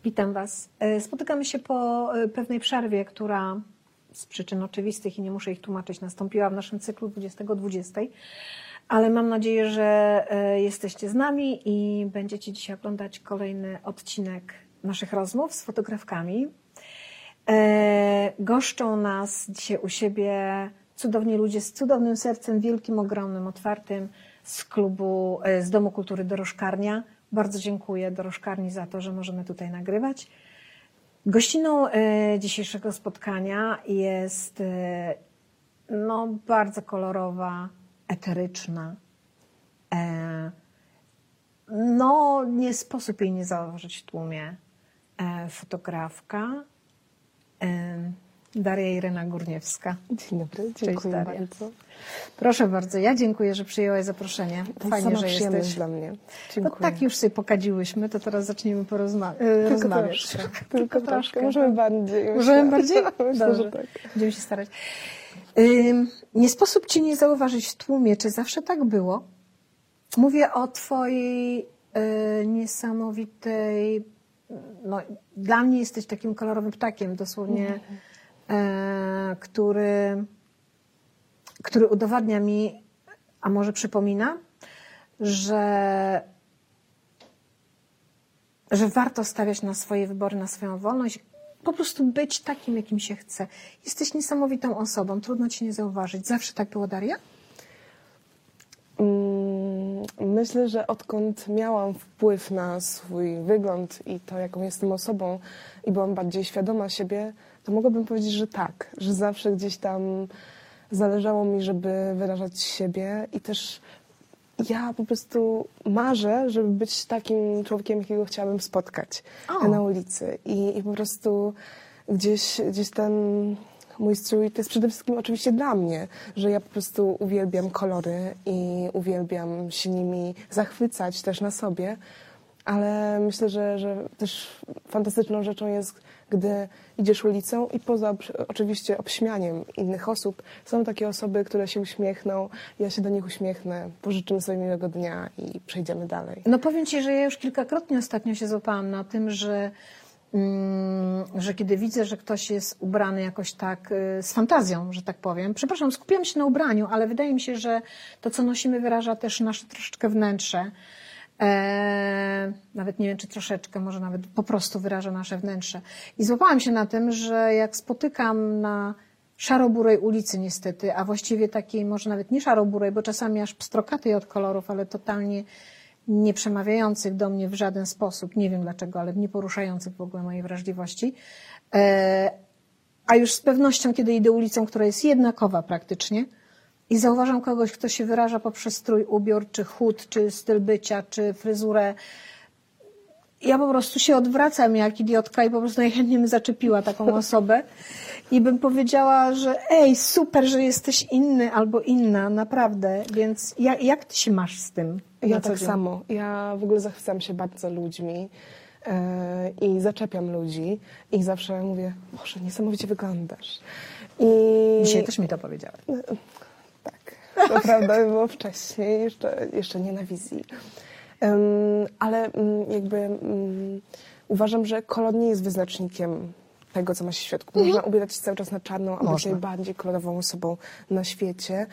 Witam Was. Spotykamy się po pewnej przerwie, która z przyczyn oczywistych i nie muszę ich tłumaczyć, nastąpiła w naszym cyklu 20-20, ale mam nadzieję, że jesteście z nami i będziecie dzisiaj oglądać kolejny odcinek naszych rozmów z fotografkami. Goszczą nas dzisiaj u siebie cudowni ludzie z cudownym sercem, wielkim, ogromnym, otwartym z Domu Kultury Dorożkarnia. Bardzo dziękuję Dorożkarni za to, że możemy tutaj nagrywać. Gościną dzisiejszego spotkania jest bardzo kolorowa, eteryczna. Nie sposób jej nie zauważyć w tłumie. Fotografka Daria Irena Górniewska. Dzień dobry, dziękuję bardzo. Proszę bardzo, ja dziękuję, że przyjęłaś zaproszenie. Fajnie, że jesteś. Dla mnie. Dziękuję. No tak już sobie pokadziłyśmy, to teraz zaczniemy rozmawiać. Tylko troszkę. Możemy bardziej. Możemy bardziej? Myślę, że tak. Będziemy się starać. Nie sposób Cię nie zauważyć w tłumie. Czy zawsze tak było? Mówię o Twojej niesamowitej... dla mnie jesteś takim kolorowym ptakiem, dosłownie, który udowadnia mi, a może przypomina, że warto stawiać na swoje wybory, na swoją wolność, po prostu być takim, jakim się chce. Jesteś niesamowitą osobą, trudno Cię nie zauważyć. Zawsze tak było, Daria? Myślę, że odkąd miałam wpływ na swój wygląd i to, jaką jestem osobą i byłam bardziej świadoma siebie, to mogłabym powiedzieć, że tak, że zawsze gdzieś tam zależało mi, żeby wyrażać siebie i też ja po prostu marzę, żeby być takim człowiekiem, jakiego chciałabym spotkać na ulicy i po prostu gdzieś ten mój strój to jest przede wszystkim oczywiście dla mnie, że ja po prostu uwielbiam kolory i uwielbiam się nimi zachwycać też na sobie, ale myślę, że też fantastyczną rzeczą jest, gdy idziesz ulicą i poza oczywiście obśmianiem innych osób, są takie osoby, które się uśmiechną, ja się do nich uśmiechnę, pożyczymy sobie miłego dnia i przejdziemy dalej. No powiem Ci, że ja już kilkakrotnie ostatnio się złapałam na tym, że kiedy widzę, że ktoś jest ubrany jakoś tak z fantazją, że tak powiem. Przepraszam, skupiam się na ubraniu, ale wydaje mi się, że to, co nosimy, wyraża też nasze troszeczkę wnętrze. Nawet nie wiem, czy troszeczkę, może nawet po prostu wyraża nasze wnętrze. I złapałam się na tym, że jak spotykam na szaroburej ulicy niestety, a właściwie takiej może nawet nie szaroburej, bo czasami aż pstrokatej od kolorów, ale totalnie nie przemawiających do mnie w żaden sposób, nie wiem dlaczego, ale nie poruszających w ogóle mojej wrażliwości. A już z pewnością, kiedy idę ulicą, która jest jednakowa praktycznie i zauważam kogoś, kto się wyraża poprzez strój, ubiór, czy chód, czy styl bycia, czy fryzurę, ja po prostu się odwracam jak idiotka i po prostu najchętniej bym zaczepiła taką osobę i bym powiedziała, że super, że jesteś inny albo inna, naprawdę. Więc jak Ty się masz z tym? Ja tak samo. Ja w ogóle zachwycam się bardzo ludźmi i zaczepiam ludzi i zawsze mówię, Boże, niesamowicie wyglądasz. Dzisiaj też mi to powiedziałaś. Tak, to prawda, było wcześniej, jeszcze nie na wizji. Ale uważam, że kolor nie jest wyznacznikiem tego, co ma się w środku. Można ubierać się cały czas na czarną, a być najbardziej kolorową osobą na świecie.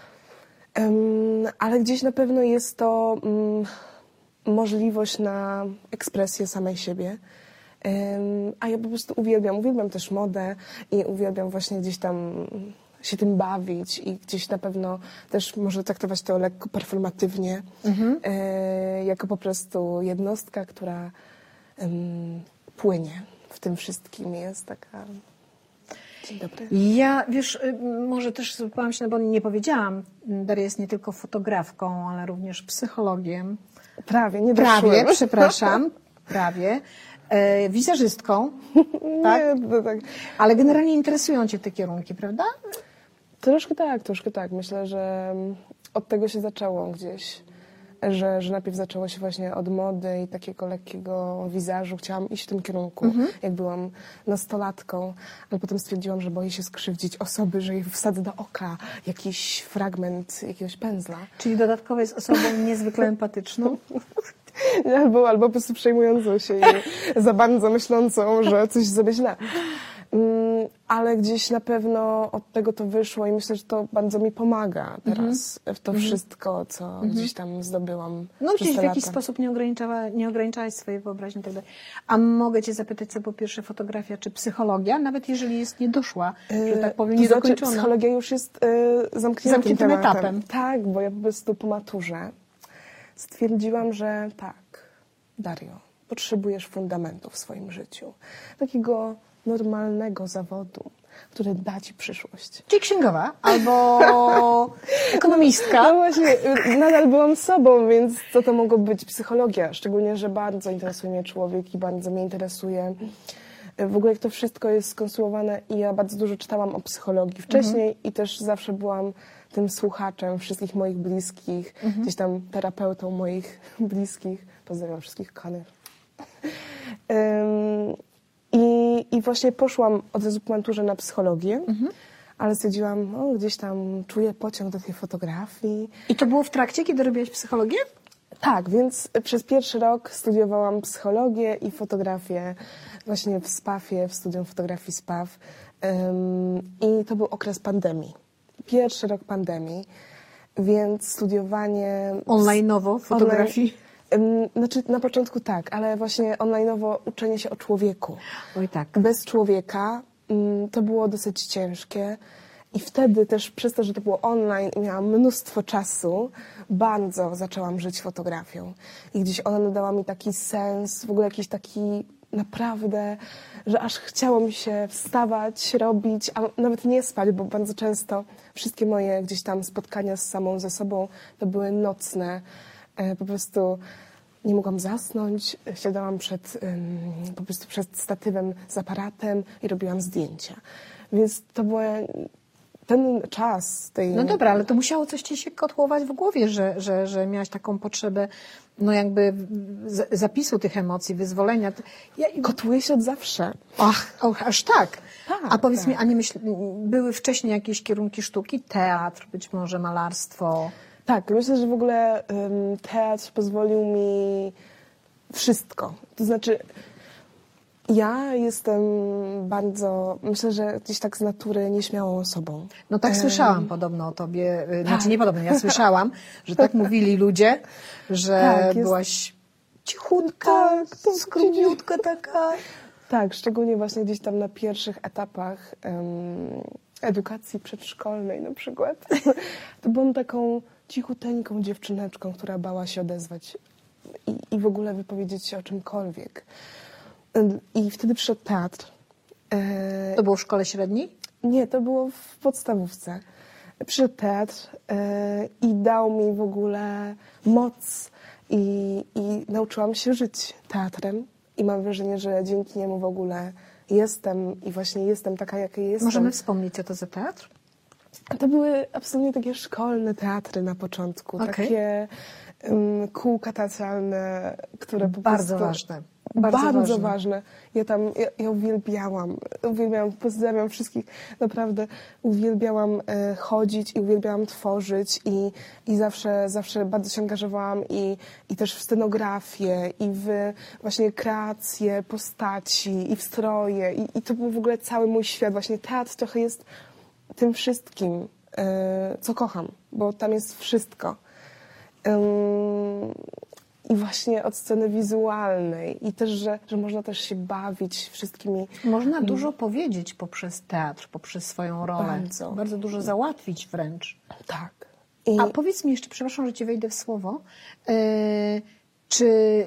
Ale gdzieś na pewno jest to możliwość na ekspresję samej siebie. A ja po prostu uwielbiam też modę i uwielbiam właśnie gdzieś tam się tym bawić i gdzieś na pewno też może traktować to lekko performatywnie, jako po prostu jednostka, która płynie w tym wszystkim. Jest taka... Dzień dobry. Ja, może też złapałam się, bo nie powiedziałam, Daria jest nie tylko fotografką, ale również psychologiem. Prawie, przepraszam, prawie. Wizerzystką, tak? Nie, tak? Ale generalnie interesują Cię te kierunki, prawda? Troszkę tak. Myślę, że od tego się zaczęło gdzieś. Że najpierw zaczęło się właśnie od mody i takiego lekkiego wizażu. Chciałam iść w tym kierunku, jak byłam nastolatką, ale potem stwierdziłam, że boję się skrzywdzić osoby, że jej wsadzę do oka jakiś fragment jakiegoś pędzla. Czyli dodatkowo jest osobą niezwykle empatyczną? albo po prostu przejmującą się i za bardzo myślącą, że coś zrobię źle. Ale gdzieś na pewno od tego to wyszło i myślę, że to bardzo mi pomaga teraz w to wszystko, co gdzieś tam zdobyłam. No przez gdzieś te w jakiś lata. sposób nie ograniczałaś swojej wyobraźni i tak dalej. A mogę cię zapytać, co po pierwsze fotografia czy psychologia, nawet jeżeli jest niedoszła, że tak powiem, To znaczy, niedokończona. psychologia już jest zamkniętym etapem. Tak, bo ja po prostu po maturze stwierdziłam, że tak, Dario, potrzebujesz fundamentu w swoim życiu. Takiego normalnego zawodu, który da ci przyszłość. Czyli księgowa albo ekonomistka. No właśnie, nadal byłam sobą, więc co to mogło być? Psychologia, szczególnie, że bardzo interesuje mnie człowiek i bardzo mnie interesuje w ogóle jak to wszystko jest skonstruowane i ja bardzo dużo czytałam o psychologii wcześniej i też zawsze byłam tym słuchaczem wszystkich moich bliskich, gdzieś tam terapeutą moich bliskich. Pozdrawiam wszystkich kochanych. I właśnie poszłam od razu po maturze na psychologię, ale stwierdziłam, gdzieś tam czuję pociąg do tej fotografii. I to było w trakcie, kiedy robiłaś psychologię? Tak, więc przez pierwszy rok studiowałam psychologię i fotografię właśnie w SPAF-ie, w Studium Fotografii SPAF. I to był okres pandemii. Pierwszy rok pandemii, więc studiowanie... Online'owo fotografii? Znaczy na początku tak, ale właśnie online'owo uczenie się o człowieku. Oj tak. Bez człowieka to było dosyć ciężkie. I wtedy też przez to, że to było online i miałam mnóstwo czasu, bardzo zaczęłam żyć fotografią. I gdzieś ona nadała mi taki sens, w ogóle jakiś taki naprawdę, że aż chciało mi się wstawać, robić, a nawet nie spać, bo bardzo często wszystkie moje gdzieś tam spotkania z samą ze sobą to były nocne. Po prostu nie mogłam zasnąć, siadałam po prostu przed statywem z aparatem i robiłam zdjęcia. Więc to było ten czas tej... No dobra, ale to musiało coś ci się kotłować w głowie, że miałaś taką potrzebę, no jakby zapisu tych emocji, wyzwolenia. Kotłuje się od zawsze. Aż tak. Tak, A powiedz tak. mi, a nie były wcześniej jakieś kierunki sztuki? Teatr, być może malarstwo? Tak, myślę, że w ogóle teatr pozwolił mi wszystko. To znaczy, ja jestem bardzo, myślę, że gdzieś tak z natury nieśmiałą osobą. No tak słyszałam podobno o tobie, znaczy nie podobno, ja słyszałam, że tak mówili ludzie, że Tak, byłaś cichutka, Tak, skromniutka taka. Tak, szczególnie właśnie gdzieś tam na pierwszych etapach edukacji przedszkolnej na przykład. To byłam taką cichuteńką dziewczyneczką, która bała się odezwać i w ogóle wypowiedzieć się o czymkolwiek. I wtedy przyszedł teatr. To było w szkole średniej? Nie, to było w podstawówce. Przyszedł teatr i dał mi w ogóle moc i nauczyłam się żyć teatrem. I mam wrażenie, że dzięki niemu w ogóle jestem i właśnie jestem taka, jaka jestem. Możemy wspomnieć, co to za teatr? To były absolutnie takie szkolne teatry na początku. Okej. Takie kółka teatralne, które po Bardzo prostu... ważne. Bardzo ważne. Ja uwielbiałam, pozdrawiam wszystkich, naprawdę uwielbiałam chodzić i uwielbiałam tworzyć i zawsze bardzo się angażowałam i też w scenografię i w właśnie kreację postaci i w stroje i to był w ogóle cały mój świat. Właśnie teatr trochę jest tym wszystkim, co kocham, bo tam jest wszystko. I właśnie od sceny wizualnej i też, że można też się bawić wszystkimi... Można dużo powiedzieć poprzez teatr, poprzez swoją rolę. Bardzo dużo załatwić wręcz. Tak. A powiedz mi jeszcze, przepraszam, że ci wejdę w słowo, czy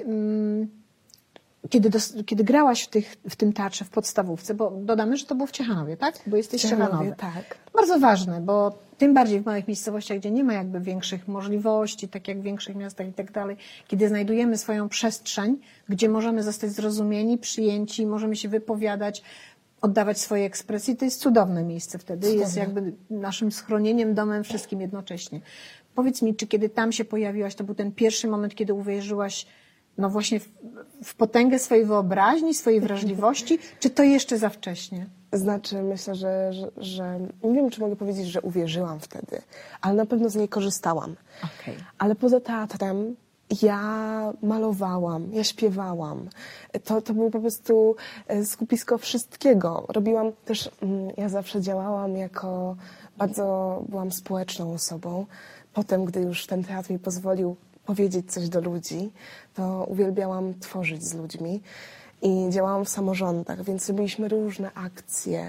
kiedy grałaś w tym teatrze w podstawówce, bo dodamy, że to było w Ciechanowie, tak? Bo jesteś z Ciechanowa. Tak. Bardzo ważne, bo tym bardziej w małych miejscowościach, gdzie nie ma jakby większych możliwości, tak jak w większych miastach i tak dalej, kiedy znajdujemy swoją przestrzeń, gdzie możemy zostać zrozumieni, przyjęci, możemy się wypowiadać, oddawać swoje ekspresje, to jest cudowne miejsce wtedy. Jest jakby naszym schronieniem, domem, wszystkim jednocześnie. Powiedz mi, czy kiedy tam się pojawiłaś, to był ten pierwszy moment, kiedy uwierzyłaś no właśnie w potęgę swojej wyobraźni, swojej wrażliwości, czy to jeszcze za wcześnie? Znaczy, myślę, że nie wiem, czy mogę powiedzieć, że uwierzyłam wtedy, ale na pewno z niej korzystałam. Okay. Ale poza teatrem ja malowałam, ja śpiewałam. To było po prostu skupisko wszystkiego. Robiłam też, ja zawsze działałam jako, bardzo byłam społeczną osobą. Potem, gdy już ten teatr mi pozwolił powiedzieć coś do ludzi, to uwielbiałam tworzyć z ludźmi i działałam w samorządach, więc robiliśmy różne akcje,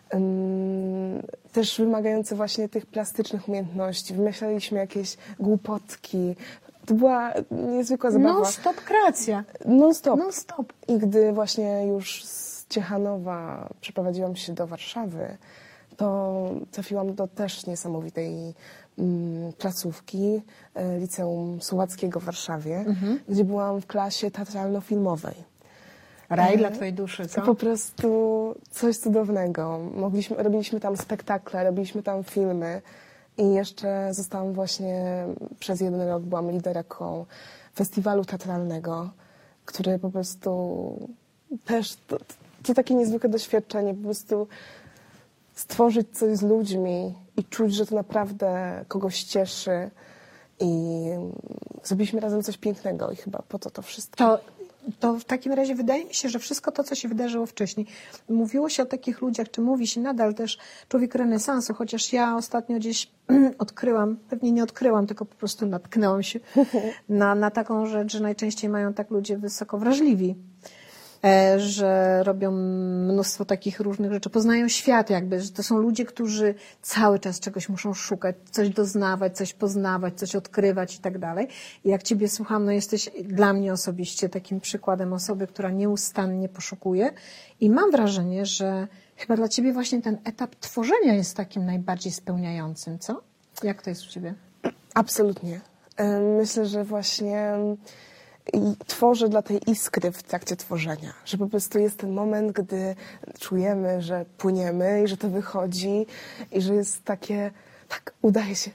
też wymagające właśnie tych plastycznych umiejętności. Wymyślaliśmy jakieś głupotki. To była niezwykła zabawa. Non-stop kreacja. Non-stop. Non-stop. I gdy właśnie już z Ciechanowa przeprowadziłam się do Warszawy, to trafiłam do też niesamowitej placówki Liceum Słowackiego w Warszawie, gdzie byłam w klasie teatralno-filmowej. Raj dla twojej duszy, co? Po prostu coś cudownego. Robiliśmy tam spektakle, robiliśmy tam filmy i jeszcze zostałam właśnie przez 1 rok byłam liderką festiwalu teatralnego, który po prostu też to takie niezwykłe doświadczenie, po prostu stworzyć coś z ludźmi i czuć, że to naprawdę kogoś cieszy i zrobiliśmy razem coś pięknego i chyba po to wszystko. To w takim razie wydaje mi się, że wszystko to, co się wydarzyło wcześniej, mówiło się o takich ludziach, czy mówi się nadal też człowiek renesansu, chociaż ja ostatnio gdzieś odkryłam, pewnie nie odkryłam, tylko po prostu natknęłam się na taką rzecz, że najczęściej mają tak ludzie wysoko wrażliwi, że robią mnóstwo takich różnych rzeczy, poznają świat jakby, że to są ludzie, którzy cały czas czegoś muszą szukać, coś doznawać, coś poznawać, coś odkrywać i tak dalej. I jak ciebie słucham, no jesteś dla mnie osobiście takim przykładem osoby, która nieustannie poszukuje i mam wrażenie, że chyba dla ciebie właśnie ten etap tworzenia jest takim najbardziej spełniającym, co? Jak to jest u ciebie? Absolutnie. Myślę, że właśnie tworzę dla tej iskry w trakcie tworzenia, że po prostu jest ten moment, gdy czujemy, że płyniemy i że to wychodzi i że jest takie, tak, udaje się.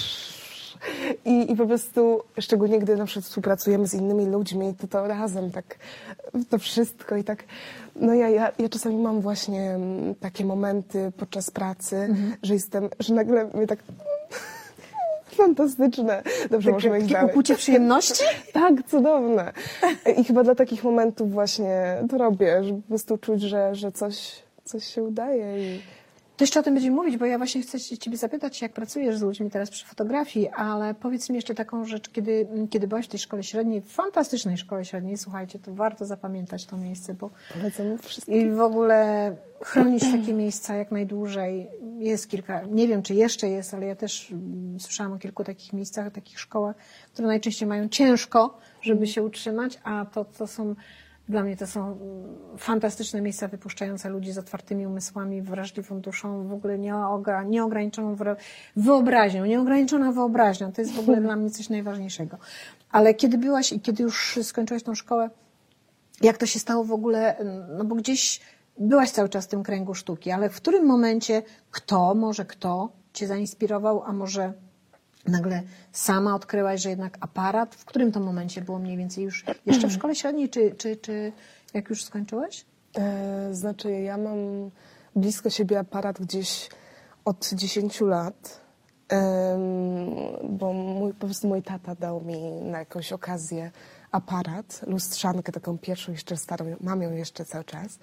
I po prostu, szczególnie gdy na przykład współpracujemy z innymi ludźmi, to razem tak, to wszystko i tak, no ja czasami mam właśnie takie momenty podczas pracy, że nagle mnie tak fantastyczne. Dobrze, możemy iść dalej. Ukłucie przyjemności? Tak, cudowne. I chyba dla takich momentów właśnie to robię, żeby po prostu czuć, że coś się udaje. To jeszcze o tym będziemy mówić, bo ja właśnie chcę ciebie zapytać, jak pracujesz z ludźmi teraz przy fotografii, ale powiedz mi jeszcze taką rzecz, kiedy byłaś w tej szkole średniej, fantastycznej szkole średniej, słuchajcie, to warto zapamiętać to miejsce, bo polecam wszystkim. I w ogóle chronić takie miejsca jak najdłużej. Jest kilka, nie wiem czy jeszcze jest, ale ja też słyszałam o kilku takich miejscach, takich szkołach, które najczęściej mają ciężko, żeby się utrzymać, a to są, dla mnie to są fantastyczne miejsca wypuszczające ludzi z otwartymi umysłami, wrażliwą duszą, w ogóle nieograniczoną wyobraźnią, nieograniczona wyobraźnią. To jest w ogóle dla mnie coś najważniejszego. Ale kiedy byłaś i kiedy już skończyłaś tą szkołę, jak to się stało w ogóle, no bo gdzieś byłaś cały czas w tym kręgu sztuki, ale w którym momencie kto cię zainspirował, a może nagle sama odkryłaś, że jednak aparat? W którym to momencie było mniej więcej już? Jeszcze w szkole średniej, czy jak już skończyłaś? Znaczy, ja mam blisko siebie aparat gdzieś od 10 lat, bo po prostu mój tata dał mi na jakąś okazję aparat, lustrzankę taką pierwszą, jeszcze starą, mam ją jeszcze cały czas.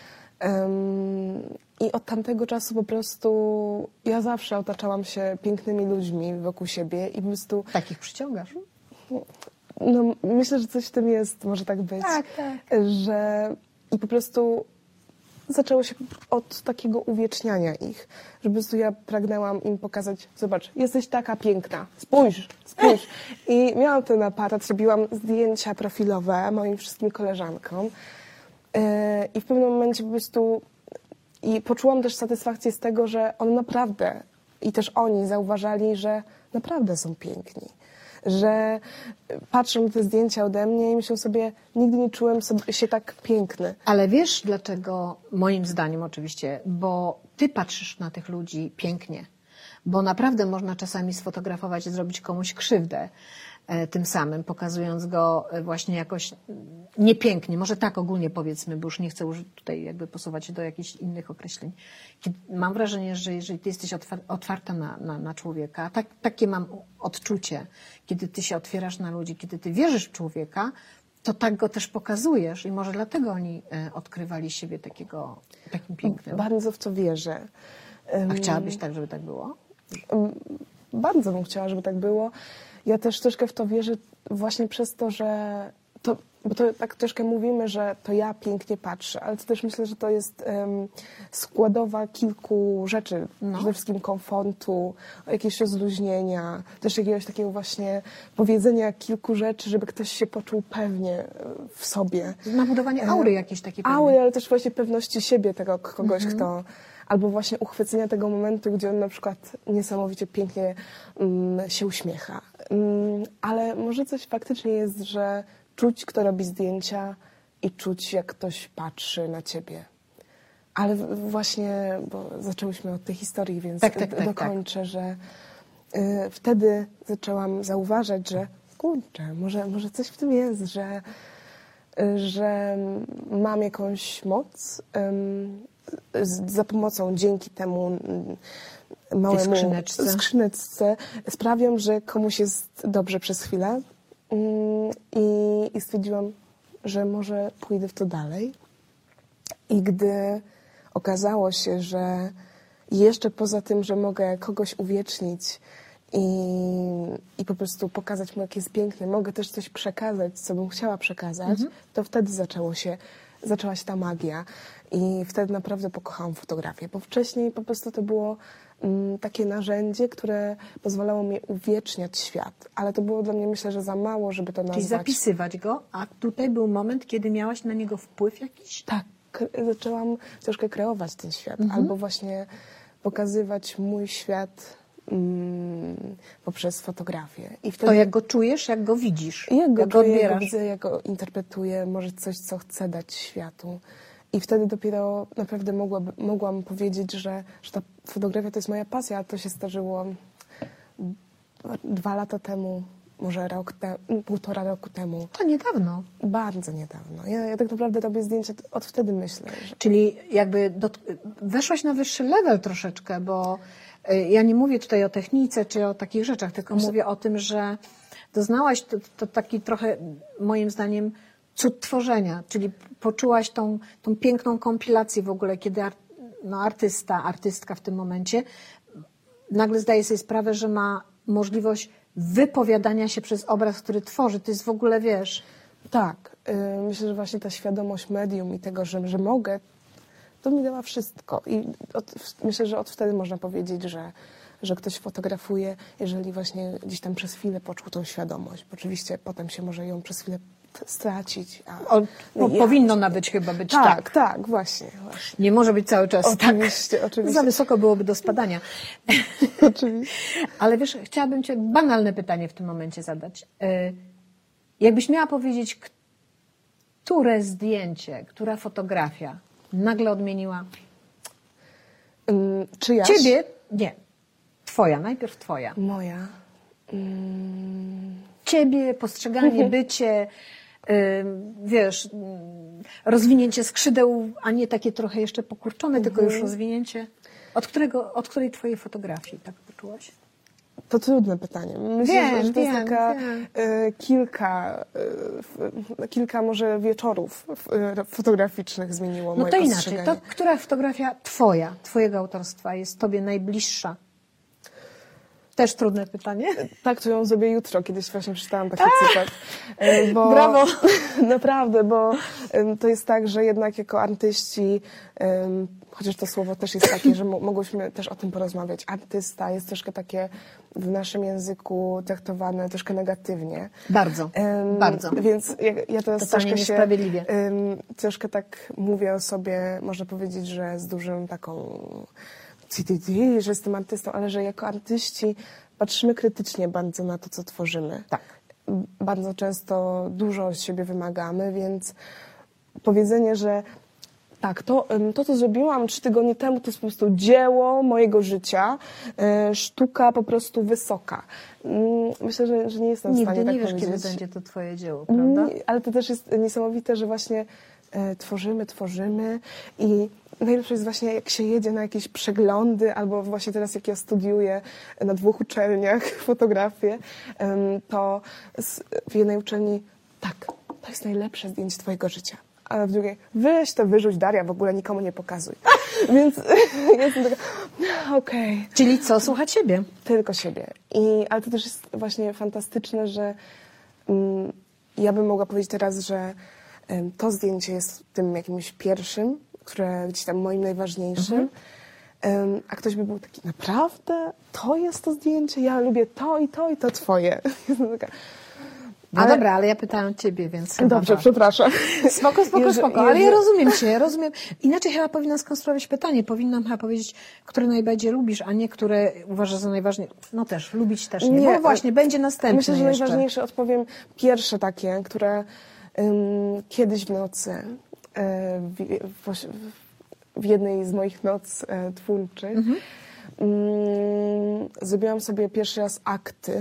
I od tamtego czasu po prostu ja zawsze otaczałam się pięknymi ludźmi wokół siebie i po prostu... Takich przyciągasz? No, myślę, że coś w tym jest, może tak być. Tak. I po prostu zaczęło się od takiego uwieczniania ich, że po prostu ja pragnęłam im pokazać, zobacz, jesteś taka piękna, spójrz. I miałam ten aparat, robiłam zdjęcia profilowe moim wszystkim koleżankom i w pewnym momencie po prostu poczułam też satysfakcję z tego, że one naprawdę i też oni zauważali, że naprawdę są piękni. Że patrzą na te zdjęcia ode mnie i myślą sobie, nigdy nie czułem się tak piękny. Ale wiesz dlaczego? Moim zdaniem oczywiście, bo ty patrzysz na tych ludzi pięknie. Bo naprawdę można czasami sfotografować i zrobić komuś krzywdę. tym samym, pokazując go właśnie jakoś niepięknie, może tak ogólnie powiedzmy, bo już nie chcę tutaj jakby posuwać się do jakichś innych określeń. Mam wrażenie, że jeżeli ty jesteś otwarta na człowieka, takie mam odczucie, kiedy ty się otwierasz na ludzi, kiedy ty wierzysz w człowieka, to tak go też pokazujesz i może dlatego oni odkrywali siebie takim pięknym. Bardzo w to wierzę. A chciałabyś tak, żeby tak było? Bardzo bym chciała, żeby tak było. Ja też troszkę w to wierzę właśnie przez to, że bo to tak troszkę mówimy, że to ja pięknie patrzę, ale to też myślę, że to jest składowa kilku rzeczy. Przede wszystkim komfortu, jakiegoś rozluźnienia, też jakiegoś takiego właśnie powiedzenia kilku rzeczy, żeby ktoś się poczuł pewnie w sobie. Na budowanie aury jakiejś takiej pewnej. Aury, ale też właśnie pewności siebie tego kogoś, kto... Albo właśnie uchwycenia tego momentu, gdzie on na przykład niesamowicie pięknie się uśmiecha. Ale może coś faktycznie jest, że czuć, kto robi zdjęcia i czuć, jak ktoś patrzy na ciebie. Ale właśnie, bo zaczęłyśmy od tej historii, więc dokończę, że wtedy zaczęłam zauważać, że kurczę, może coś w tym jest, że mam jakąś moc, za pomocą, dzięki temu małemu skrzyneczce sprawiam, że komuś jest dobrze przez chwilę i stwierdziłam, że może pójdę w to dalej. I gdy okazało się, że jeszcze poza tym, że mogę kogoś uwiecznić i po prostu pokazać mu, jak jest piękny, mogę też coś przekazać, co bym chciała przekazać, to wtedy zaczęła się ta magia i wtedy naprawdę pokochałam fotografię, bo wcześniej po prostu to było takie narzędzie, które pozwalało mi uwieczniać świat, ale to było dla mnie, myślę, że za mało, żeby to nazwać. Czyli zapisywać go, a tutaj był moment, kiedy miałaś na niego wpływ jakiś? Tak, zaczęłam troszkę kreować ten świat, albo właśnie pokazywać mój świat poprzez fotografię. I wtedy, to jak go czujesz, jak go widzisz, jak go czuję, odbierasz. jak go widzę, jak go interpretuję, może coś, co chcę dać światu. I wtedy dopiero naprawdę mogłam powiedzieć, że ta fotografia to jest moja pasja, a to się zdarzyło 2 lata temu, może półtora roku temu. To niedawno. Bardzo niedawno. Ja tak naprawdę robię zdjęcia od wtedy, myślę. Czyli jakby weszłaś na wyższy level troszeczkę, bo ja nie mówię tutaj o technice czy o takich rzeczach, tylko mówię o tym, że doznałaś to taki trochę, moim zdaniem, cud tworzenia, czyli poczułaś tą piękną kompilację w ogóle, kiedy artystka w tym momencie nagle zdaje sobie sprawę, że ma możliwość wypowiadania się przez obraz, który tworzy. To jest w ogóle, wiesz... Tak. Myślę, że właśnie ta świadomość medium i tego, że mogę, to mi dała wszystko. I myślę, że od wtedy można powiedzieć, że ktoś fotografuje, jeżeli właśnie gdzieś tam przez chwilę poczuł tą świadomość. Bo oczywiście potem się może ją przez chwilę stracić. Powinno nawet chyba być tak. Tak, właśnie. Nie może być cały czas oczywiście, tak. Oczywiście. Za wysoko byłoby do spadania. Oczywiście. Ale wiesz, chciałabym cię banalne pytanie w tym momencie zadać. Jakbyś miała powiedzieć, które zdjęcie, która fotografia nagle odmieniła czyjaś? Ciebie? Nie. Twoja, najpierw twoja. Moja. Ciebie, postrzeganie, bycie, wiesz, rozwinięcie skrzydeł, a nie takie trochę jeszcze pokurczone, tylko już rozwinięcie. Od której twojej fotografii tak poczułaś? To trudne pytanie. Myślę, że to jest taka kilka może wieczorów fotograficznych zmieniło moje postrzeganie. No to inaczej. To która fotografia twojego autorstwa jest tobie najbliższa? Też trudne pytanie. Tak, to ją zrobię jutro. Kiedyś właśnie przeczytałam taki cytat. Brawo! Naprawdę, bo to jest tak, że jednak jako artyści, chociaż to słowo też jest takie, że mogłyśmy też o tym porozmawiać. Artysta jest troszkę takie w naszym języku traktowane troszkę negatywnie. Bardzo, bardzo. Więc ja teraz troszkę tak mówię o sobie, można powiedzieć, że z dużym taką... że jestem artystą, ale że jako artyści patrzymy krytycznie bardzo na to, co tworzymy. Tak. Bardzo często dużo od siebie wymagamy, więc powiedzenie, że Tak, to, co zrobiłam 3 tygodnie temu, to jest po prostu dzieło mojego życia, sztuka po prostu wysoka. Myślę, że nie jestem w stanie Nigdy tak nie wiesz, powiedzieć. kiedy będzie to twoje dzieło, prawda? Ale to też jest niesamowite, że właśnie tworzymy i najlepsze jest właśnie, jak się jedzie na jakieś przeglądy, albo właśnie teraz, jak ja studiuję na 2 uczelniach fotografię, to w jednej uczelni tak, to jest najlepsze zdjęcie twojego życia. A w drugiej, weź to wyrzuć, Daria, w ogóle nikomu nie pokazuj. Więc jestem taka, okej. Czyli co? Słuchać siebie. Tylko siebie. Ale to też jest właśnie fantastyczne, że ja bym mogła powiedzieć teraz, że to zdjęcie jest tym jakimś pierwszym, które gdzieś tam moim najważniejszym. A ktoś by był taki, naprawdę? To jest to zdjęcie? Ja lubię to i to twoje. Jestem taka, No dobra, ale ja pytałam ciebie, więc chyba dobrze, tak. przepraszam. Spoko, ale ja rozumiem cię, ja rozumiem. Inaczej chyba powinnam skonstruować pytanie. Powinnam chyba powiedzieć, które najbardziej lubisz, a nie które uważasz za najważniejsze. No też, lubić też nie. Bo właśnie, będzie następne Myślę, że jeszcze. najważniejsze odpowiem pierwsze takie, które kiedyś w nocy, w jednej z moich noc twórczych, zrobiłam sobie pierwszy raz akty.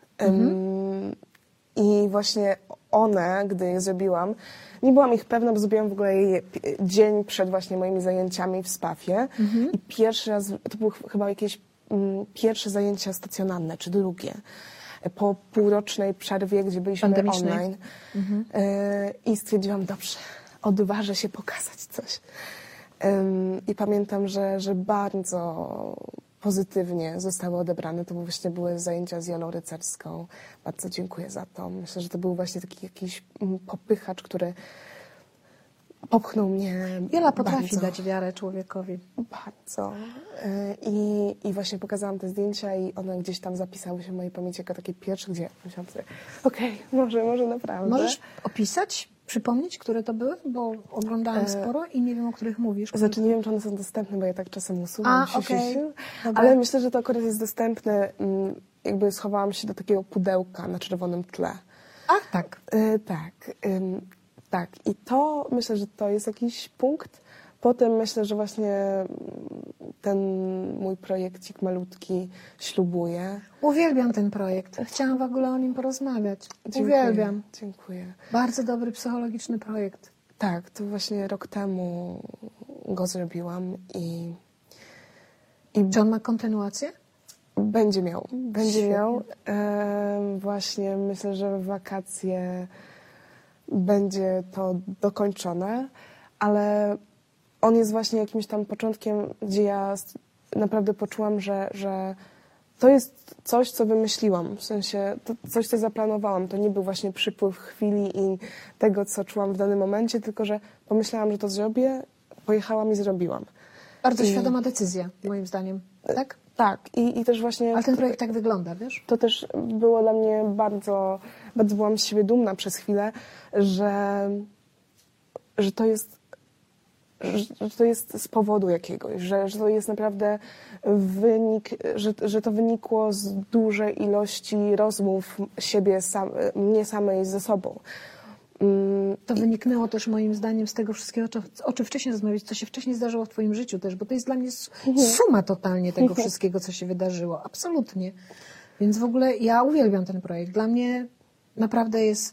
I właśnie one, gdy je zrobiłam, nie byłam ich pewna, bo zrobiłam w ogóle je dzień przed właśnie moimi zajęciami w Spafie. I pierwszy raz, to były chyba jakieś pierwsze zajęcia stacjonarne, czy drugie, po półrocznej przerwie, gdzie byliśmy online. I stwierdziłam, dobrze, odważę się pokazać coś. I pamiętam, że bardzo pozytywnie zostały odebrane. To właśnie były zajęcia z Jolą Rycerską. Bardzo dziękuję za to. Myślę, że to był właśnie taki jakiś popychacz, który popchnął mnie Jola potrafi bardzo. dać wiarę człowiekowi. Bardzo. I właśnie pokazałam te zdjęcia i one gdzieś tam zapisały się w mojej pamięci jako takie pierwsze, gdzie myślałam sobie, okej, może naprawdę. Możesz opisać, przypomnieć, które to były? Bo oglądałam sporo i nie wiem, o których mówisz. Znaczy nie wiem, czy one są dostępne, bo ja tak czasem usuwam. Okej. Ale myślę, że to akurat jest dostępne. Jakby schowałam się do takiego pudełka na czerwonym tle. Ach, tak. Tak. I to myślę, że to jest jakiś punkt. Potem myślę, że właśnie ten mój projekcik malutki ślubuję. Uwielbiam ten projekt. Chciałam w ogóle o nim porozmawiać. Dziękuję, Uwielbiam. Dziękuję. Bardzo dobry psychologiczny projekt. Tak, to właśnie rok temu go zrobiłam i Czy on ma kontynuację? będzie miał. Świetnie. Właśnie myślę, że w wakacje będzie to dokończone, ale on jest właśnie jakimś tam początkiem, gdzie ja naprawdę poczułam, że to jest coś, co wymyśliłam, w sensie to coś, co zaplanowałam. To nie był właśnie przypływ chwili i tego, co czułam w danym momencie, tylko że pomyślałam, że to zrobię, pojechałam i zrobiłam. Bardzo świadoma decyzja, moim zdaniem. Tak? Tak. I też właśnie... Ale ten projekt tak wygląda, wiesz? To też było dla mnie bardzo byłam z siebie dumna przez chwilę, że to jest z powodu jakiegoś, że to jest naprawdę wynik, że to wynikło z dużej ilości rozmów mnie samej ze sobą. To wyniknęło też moim zdaniem z tego wszystkiego, o czym wcześniej rozmawiać, co się wcześniej zdarzyło w twoim życiu też, bo to jest dla mnie suma totalnie tego wszystkiego, co się wydarzyło. Absolutnie. Więc w ogóle ja uwielbiam ten projekt. Dla mnie naprawdę jest...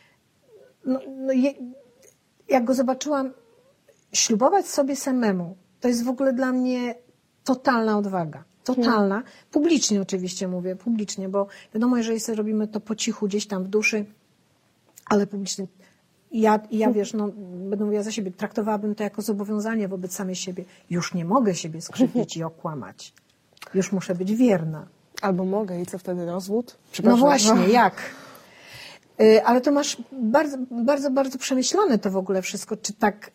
jak go zobaczyłam, ślubować sobie samemu, to jest w ogóle dla mnie totalna odwaga. Totalna. Publicznie oczywiście mówię, publicznie, bo wiadomo, jeżeli sobie robimy to po cichu gdzieś tam w duszy, ale publicznie. Ja wiesz, będę mówiła za siebie, traktowałabym to jako zobowiązanie wobec samej siebie. Już nie mogę siebie skrzywdzić i okłamać. Już muszę być wierna. Albo mogę i co wtedy, rozwód? No właśnie, jak? Ale to masz bardzo, bardzo, bardzo przemyślane to w ogóle wszystko. Czy tak,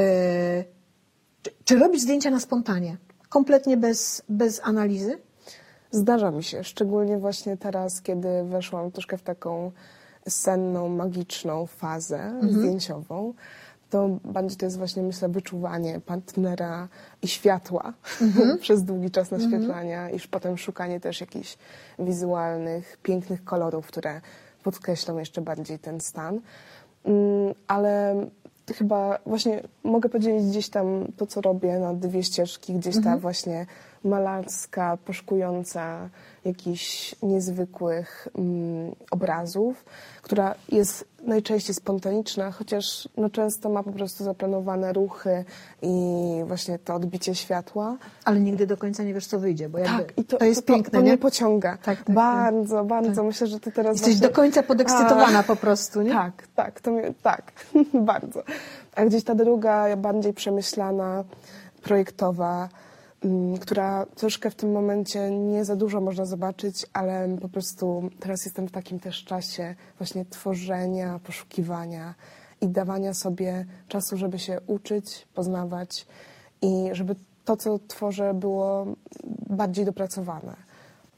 czy robić zdjęcia na spontanie? Kompletnie bez analizy? Zdarza mi się, szczególnie właśnie teraz, kiedy weszłam troszkę w taką senną, magiczną fazę zdjęciową, to bardziej to jest właśnie, myślę, wyczuwanie partnera i światła przez długi czas naświetlania i potem szukanie też jakichś wizualnych, pięknych kolorów, które podkreślą jeszcze bardziej ten stan. Ale chyba właśnie mogę podzielić gdzieś tam to, co robię na 2 ścieżki. Gdzieś ta właśnie malarska, poszukująca jakichś niezwykłych obrazów, która jest najczęściej spontaniczna, chociaż no, często ma po prostu zaplanowane ruchy i właśnie to odbicie światła. Ale nigdy do końca nie wiesz, co wyjdzie, bo jakby Tak, i to jest piękne, to nie? mnie pociąga. Tak. Bardzo, bardzo. Myślę, że ty teraz Jesteś właśnie... do końca podekscytowana po prostu, nie? Tak, to mnie, tak, bardzo. A gdzieś ta druga, bardziej przemyślana, projektowa, która troszkę w tym momencie nie za dużo można zobaczyć, ale po prostu teraz jestem w takim też czasie właśnie tworzenia, poszukiwania i dawania sobie czasu, żeby się uczyć, poznawać i żeby to, co tworzę, było bardziej dopracowane.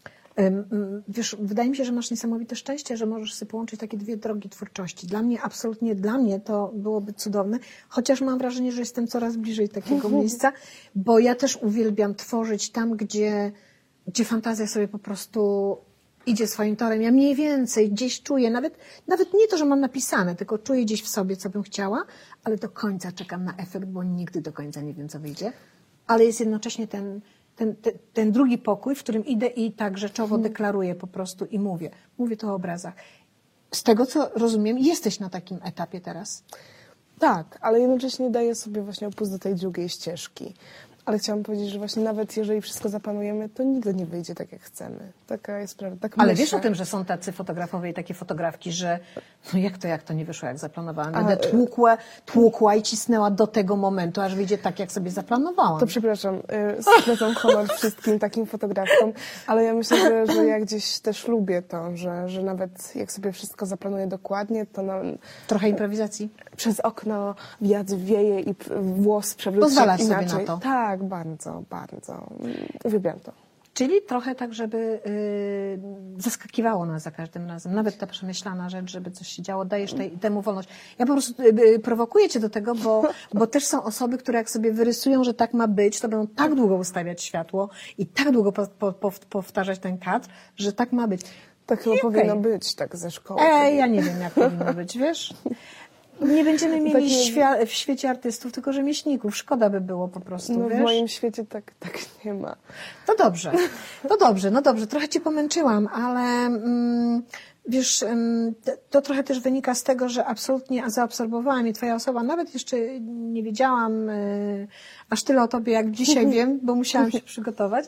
Wiesz, wydaje mi się, że masz niesamowite szczęście, że możesz sobie połączyć takie 2 drogi twórczości. Absolutnie dla mnie to byłoby cudowne, chociaż mam wrażenie, że jestem coraz bliżej takiego miejsca, bo ja też uwielbiam tworzyć tam, gdzie fantazja sobie po prostu idzie swoim torem. Ja mniej więcej gdzieś czuję, nawet nie to, że mam napisane, tylko czuję gdzieś w sobie, co bym chciała, ale do końca czekam na efekt, bo nigdy do końca nie wiem, co wyjdzie. Ale jest jednocześnie ten drugi pokój, w którym idę i tak rzeczowo deklaruję po prostu i mówię. Mówię to o obrazach. Z tego, co rozumiem, jesteś na takim etapie teraz. Tak, ale jednocześnie daję sobie właśnie opust do tej drugiej ścieżki. Ale chciałam powiedzieć, że właśnie nawet jeżeli wszystko zaplanujemy, to nigdy nie wyjdzie tak, jak chcemy. Taka jest prawda. Tak Ale myślę. wiesz o tym, że są tacy fotografowie i takie fotografki, że no jak to nie wyszło, jak zaplanowałam. Będę tłukła i cisnęła do tego momentu, aż wyjdzie tak, jak sobie zaplanowałam. To przepraszam, zwracam honor wszystkim takim fotografkom, ale ja myślę, że ja gdzieś też lubię to, że nawet jak sobie wszystko zaplanuję dokładnie, to Trochę improwizacji. przez okno wiatr wieje i włos przewróci Pozwalasz inaczej. sobie na to. Tak, bardzo, bardzo. Uwielbiam to. Czyli trochę tak, żeby zaskakiwało nas za każdym razem. Nawet ta przemyślana rzecz, żeby coś się działo, dajesz temu wolność. Ja po prostu prowokuję cię do tego, bo też są osoby, które jak sobie wyrysują, że tak ma być, to będą tak długo ustawiać światło i tak długo powtarzać ten kadr, że tak ma być. Tak chyba powinno być, tak ze szkoły. Ja nie wiem, jak powinno być, wiesz? Nie będziemy mieli w świecie artystów, tylko rzemieślników. Szkoda by było po prostu, No wiesz? w moim świecie tak nie ma. To dobrze. Trochę cię pomęczyłam, ale wiesz, to trochę też wynika z tego, że absolutnie zaabsorbowała mnie twoja osoba. Nawet jeszcze nie wiedziałam aż tyle o tobie, jak dzisiaj wiem, bo musiałam się przygotować.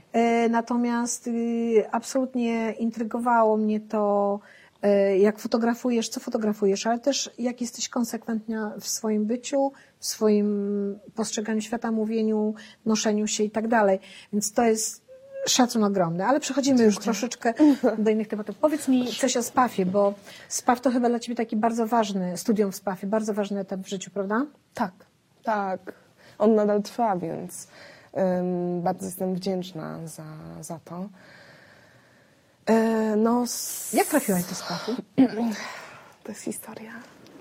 Natomiast absolutnie intrygowało mnie to, jak fotografujesz, co fotografujesz, ale też jak jesteś konsekwentna w swoim byciu, w swoim postrzeganiu świata, mówieniu, noszeniu się i tak dalej. Więc to jest szacun ogromny. Ale przechodzimy już troszeczkę do innych tematów. Powiedz mi coś o SPAF-ie, bo SPAF to chyba dla ciebie taki bardzo ważny, studium w SPAF-ie, bardzo ważny etap w życiu, prawda? Tak. On nadal trwa, więc bardzo jestem wdzięczna za to. Jak trafiłaś do SPAF-u? To jest historia.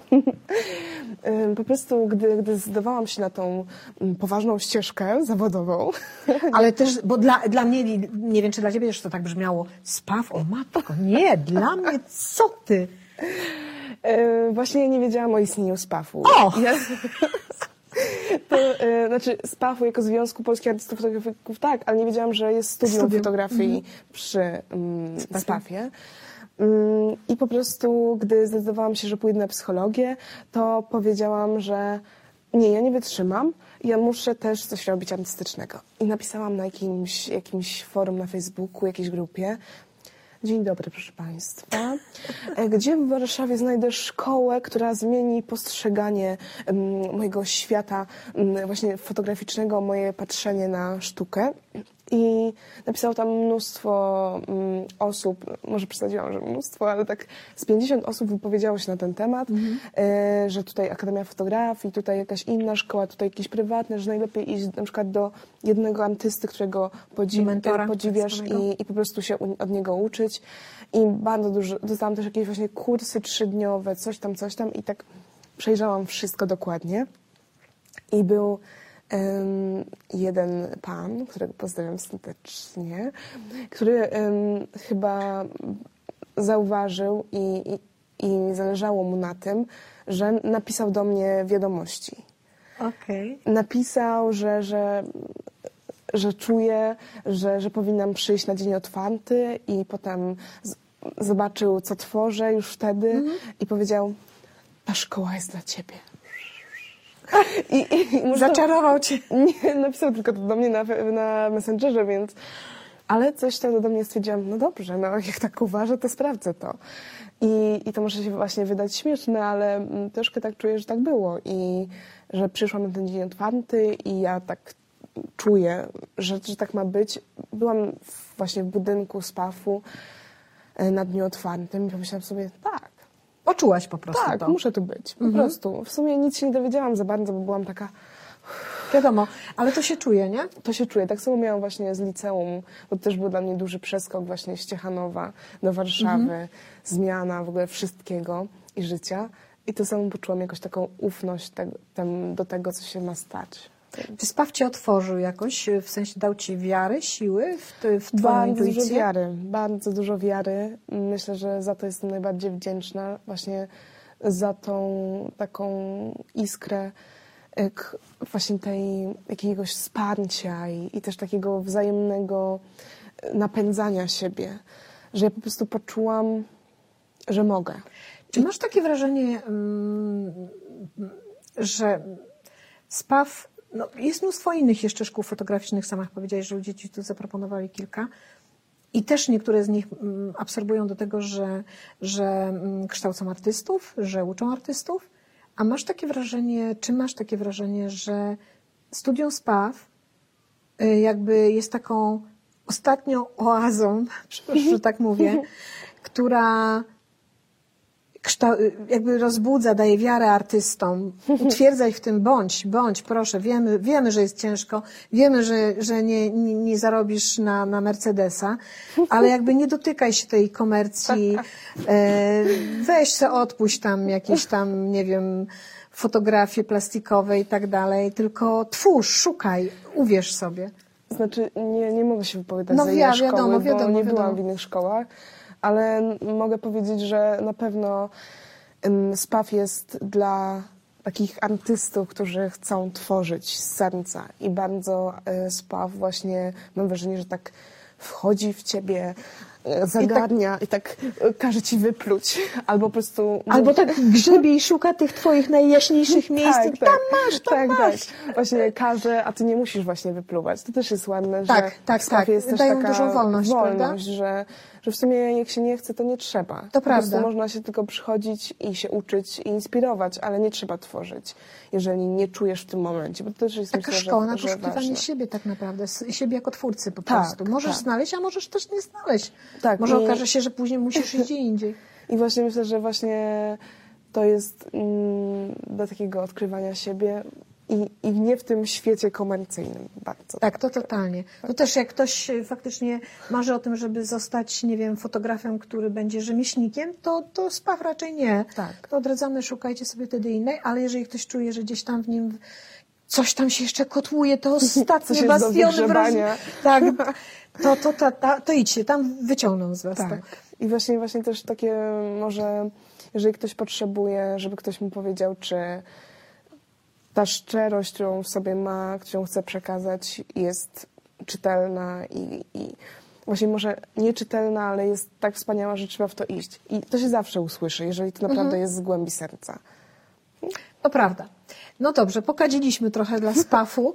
Po prostu, gdy zdecydowałam się na tą poważną ścieżkę zawodową. Ale też, bo dla mnie, nie wiem, czy dla ciebie też to tak brzmiało, SPAF, o matko, nie, dla mnie, co ty? Właśnie nie wiedziałam o istnieniu SPAF-u. Znaczy SPAF-u jako Związku Polskich Artystów Fotografików, tak, ale nie wiedziałam, że jest studium fotografii przy SPAF-ie. I po prostu, gdy zdecydowałam się, że pójdę na psychologię, to powiedziałam, że nie, ja nie wytrzymam, ja muszę też coś robić artystycznego. I napisałam na jakimś forum na Facebooku, jakiejś grupie: dzień dobry, proszę Państwa. Gdzie w Warszawie znajdę szkołę, która zmieni postrzeganie mojego świata właśnie fotograficznego, moje patrzenie na sztukę? I napisało tam mnóstwo osób, może przesadziłam, że mnóstwo, ale tak z 50 osób wypowiedziało się na ten temat, że tutaj Akademia Fotografii, tutaj jakaś inna szkoła, tutaj jakieś prywatne, że najlepiej iść na przykład do jednego artysty, którego podziwiasz i po prostu się od niego uczyć. I bardzo dużo, dostałam też jakieś właśnie kursy 3-dniowe, coś tam i tak przejrzałam wszystko dokładnie. I był jeden pan, którego pozdrawiam serdecznie, który chyba zauważył i zależało mu na tym, że napisał do mnie wiadomości. Okej. Napisał, że czuje, że powinnam przyjść na dzień otwarty i potem zobaczył, co tworzę już wtedy i powiedział, ta szkoła jest dla ciebie. Zaczarował cię. Nie, napisał tylko to do mnie na Messengerze, więc... Ale coś tam do mnie stwierdziłam, no dobrze, no jak tak uważa, to sprawdzę to. I to może się właśnie wydać śmieszne, ale troszkę tak czuję, że tak było. I że przyszłam na ten dzień otwarty i ja tak czuję, że tak ma być. Byłam właśnie w budynku SPAF-u na dniu otwartym i pomyślałam sobie, tak. Poczułaś po prostu Tak, to. muszę tu być. Po prostu. W sumie nic się nie dowiedziałam za bardzo, bo byłam taka... Wiadomo, ale to się czuje, nie? To się czuje. Tak samo miałam właśnie z liceum, bo to też był dla mnie duży przeskok właśnie z Ciechanowa do Warszawy, zmiana w ogóle wszystkiego i życia. I to samo poczułam jakoś taką ufność do tego, co się ma stać. Czy SPAF cię otworzył jakoś, w sensie dał ci wiary, siły w twoją Bardzo intuicję? dużo wiary, bardzo dużo wiary. Myślę, że za to jestem najbardziej wdzięczna. Właśnie za tą taką iskrę właśnie tej jakiegoś wsparcia i też takiego wzajemnego napędzania siebie, że ja po prostu poczułam, że mogę. Czy masz takie wrażenie, że SPAF, no jest mnóstwo innych jeszcze szkół fotograficznych, sama powiedziałaś, że ludzie ci tu zaproponowali kilka i też niektóre z nich absorbują do tego, że kształcą artystów, że uczą artystów, a masz takie wrażenie, że studium SPAF jakby jest taką ostatnią oazą, przepraszam, że tak mówię, która jakby rozbudza, daje wiarę artystom, utwierdza ich w tym, bądź, proszę, wiemy, że jest ciężko, wiemy, że nie zarobisz na Mercedesa, ale jakby nie dotykaj się tej komercji, weź se odpuść tam jakieś tam, nie wiem, fotografie plastikowe i tak dalej, tylko twórz, szukaj, uwierz sobie. Znaczy, nie mogę się wypowiadać No za inne wiadomo, szkoły, bo nie byłam w innych szkołach, ale mogę powiedzieć, że na pewno SPAF jest dla takich artystów, którzy chcą tworzyć z serca i bardzo SPAF właśnie, mam wrażenie, że tak wchodzi w ciebie, zagarnia i tak każe ci wypluć, albo po prostu... Albo tak grzebie i szuka tych twoich najjaśniejszych miejsc. Tak, tam masz. Tak. Właśnie każe, a ty nie musisz właśnie wypluwać. To też jest ładne, że tak, w SPAF jest też dają taka dużą wolność, że w sumie jak się nie chce, to nie trzeba. To po prostu prawda. można się tylko przychodzić i się uczyć i inspirować, ale nie trzeba tworzyć, jeżeli nie czujesz w tym momencie, bo to też jest, Taka myślę, szkoła na że poszukiwanie ważne. siebie tak naprawdę, siebie jako twórcy po Tak, prostu. Możesz tak. znaleźć, a możesz też nie znaleźć. Tak, Może i- okaże się, że później musisz iść gdzie indziej. I właśnie myślę, że właśnie to jest do takiego odkrywania siebie i nie w tym świecie komercyjnym bardzo. Tak, to totalnie. No też jak ktoś faktycznie marzy o tym, żeby zostać, nie wiem, fotografem, który będzie rzemieślnikiem, to SPAF raczej nie. Tak. To odradzamy, szukajcie sobie wtedy innej, ale jeżeli ktoś czuje, że gdzieś tam w nim coś tam się jeszcze kotłuje, to Coś ostatnie jest do bastiony wygrzebania. Tak, to idźcie, tam wyciągną z was. Tak. I właśnie też takie może, jeżeli ktoś potrzebuje, żeby ktoś mu powiedział, czy ta szczerość, którą w sobie ma, którą chce przekazać, jest czytelna i właśnie może nieczytelna, ale jest tak wspaniała, że trzeba w to iść. I to się zawsze usłyszy, jeżeli to naprawdę jest z głębi serca. To prawda. No dobrze, pokadziliśmy trochę dla SPAF-u,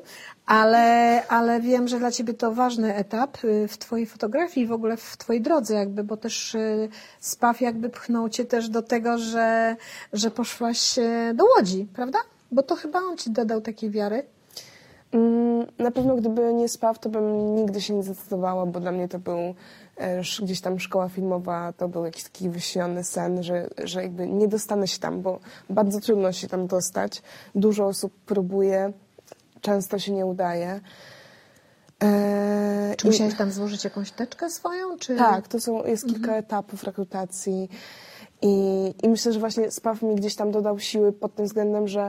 ale wiem, że dla ciebie to ważny etap w twojej fotografii i w ogóle w twojej drodze jakby, bo też SPAF jakby pchnął cię też do tego, że poszłaś do Łodzi, prawda? Bo to chyba on ci dodał takiej wiary. Na pewno gdyby nie SPAF, to bym nigdy się nie zdecydowała, bo dla mnie to był gdzieś tam szkoła filmowa, to był jakiś taki wyśniony sen, że jakby nie dostanę się tam, bo bardzo trudno się tam dostać. Dużo osób próbuje, często się nie udaje. Czy musiałeś tam złożyć jakąś teczkę swoją? Czy... Tak, jest kilka etapów rekrutacji i myślę, że właśnie SPAF mi gdzieś tam dodał siły pod tym względem, że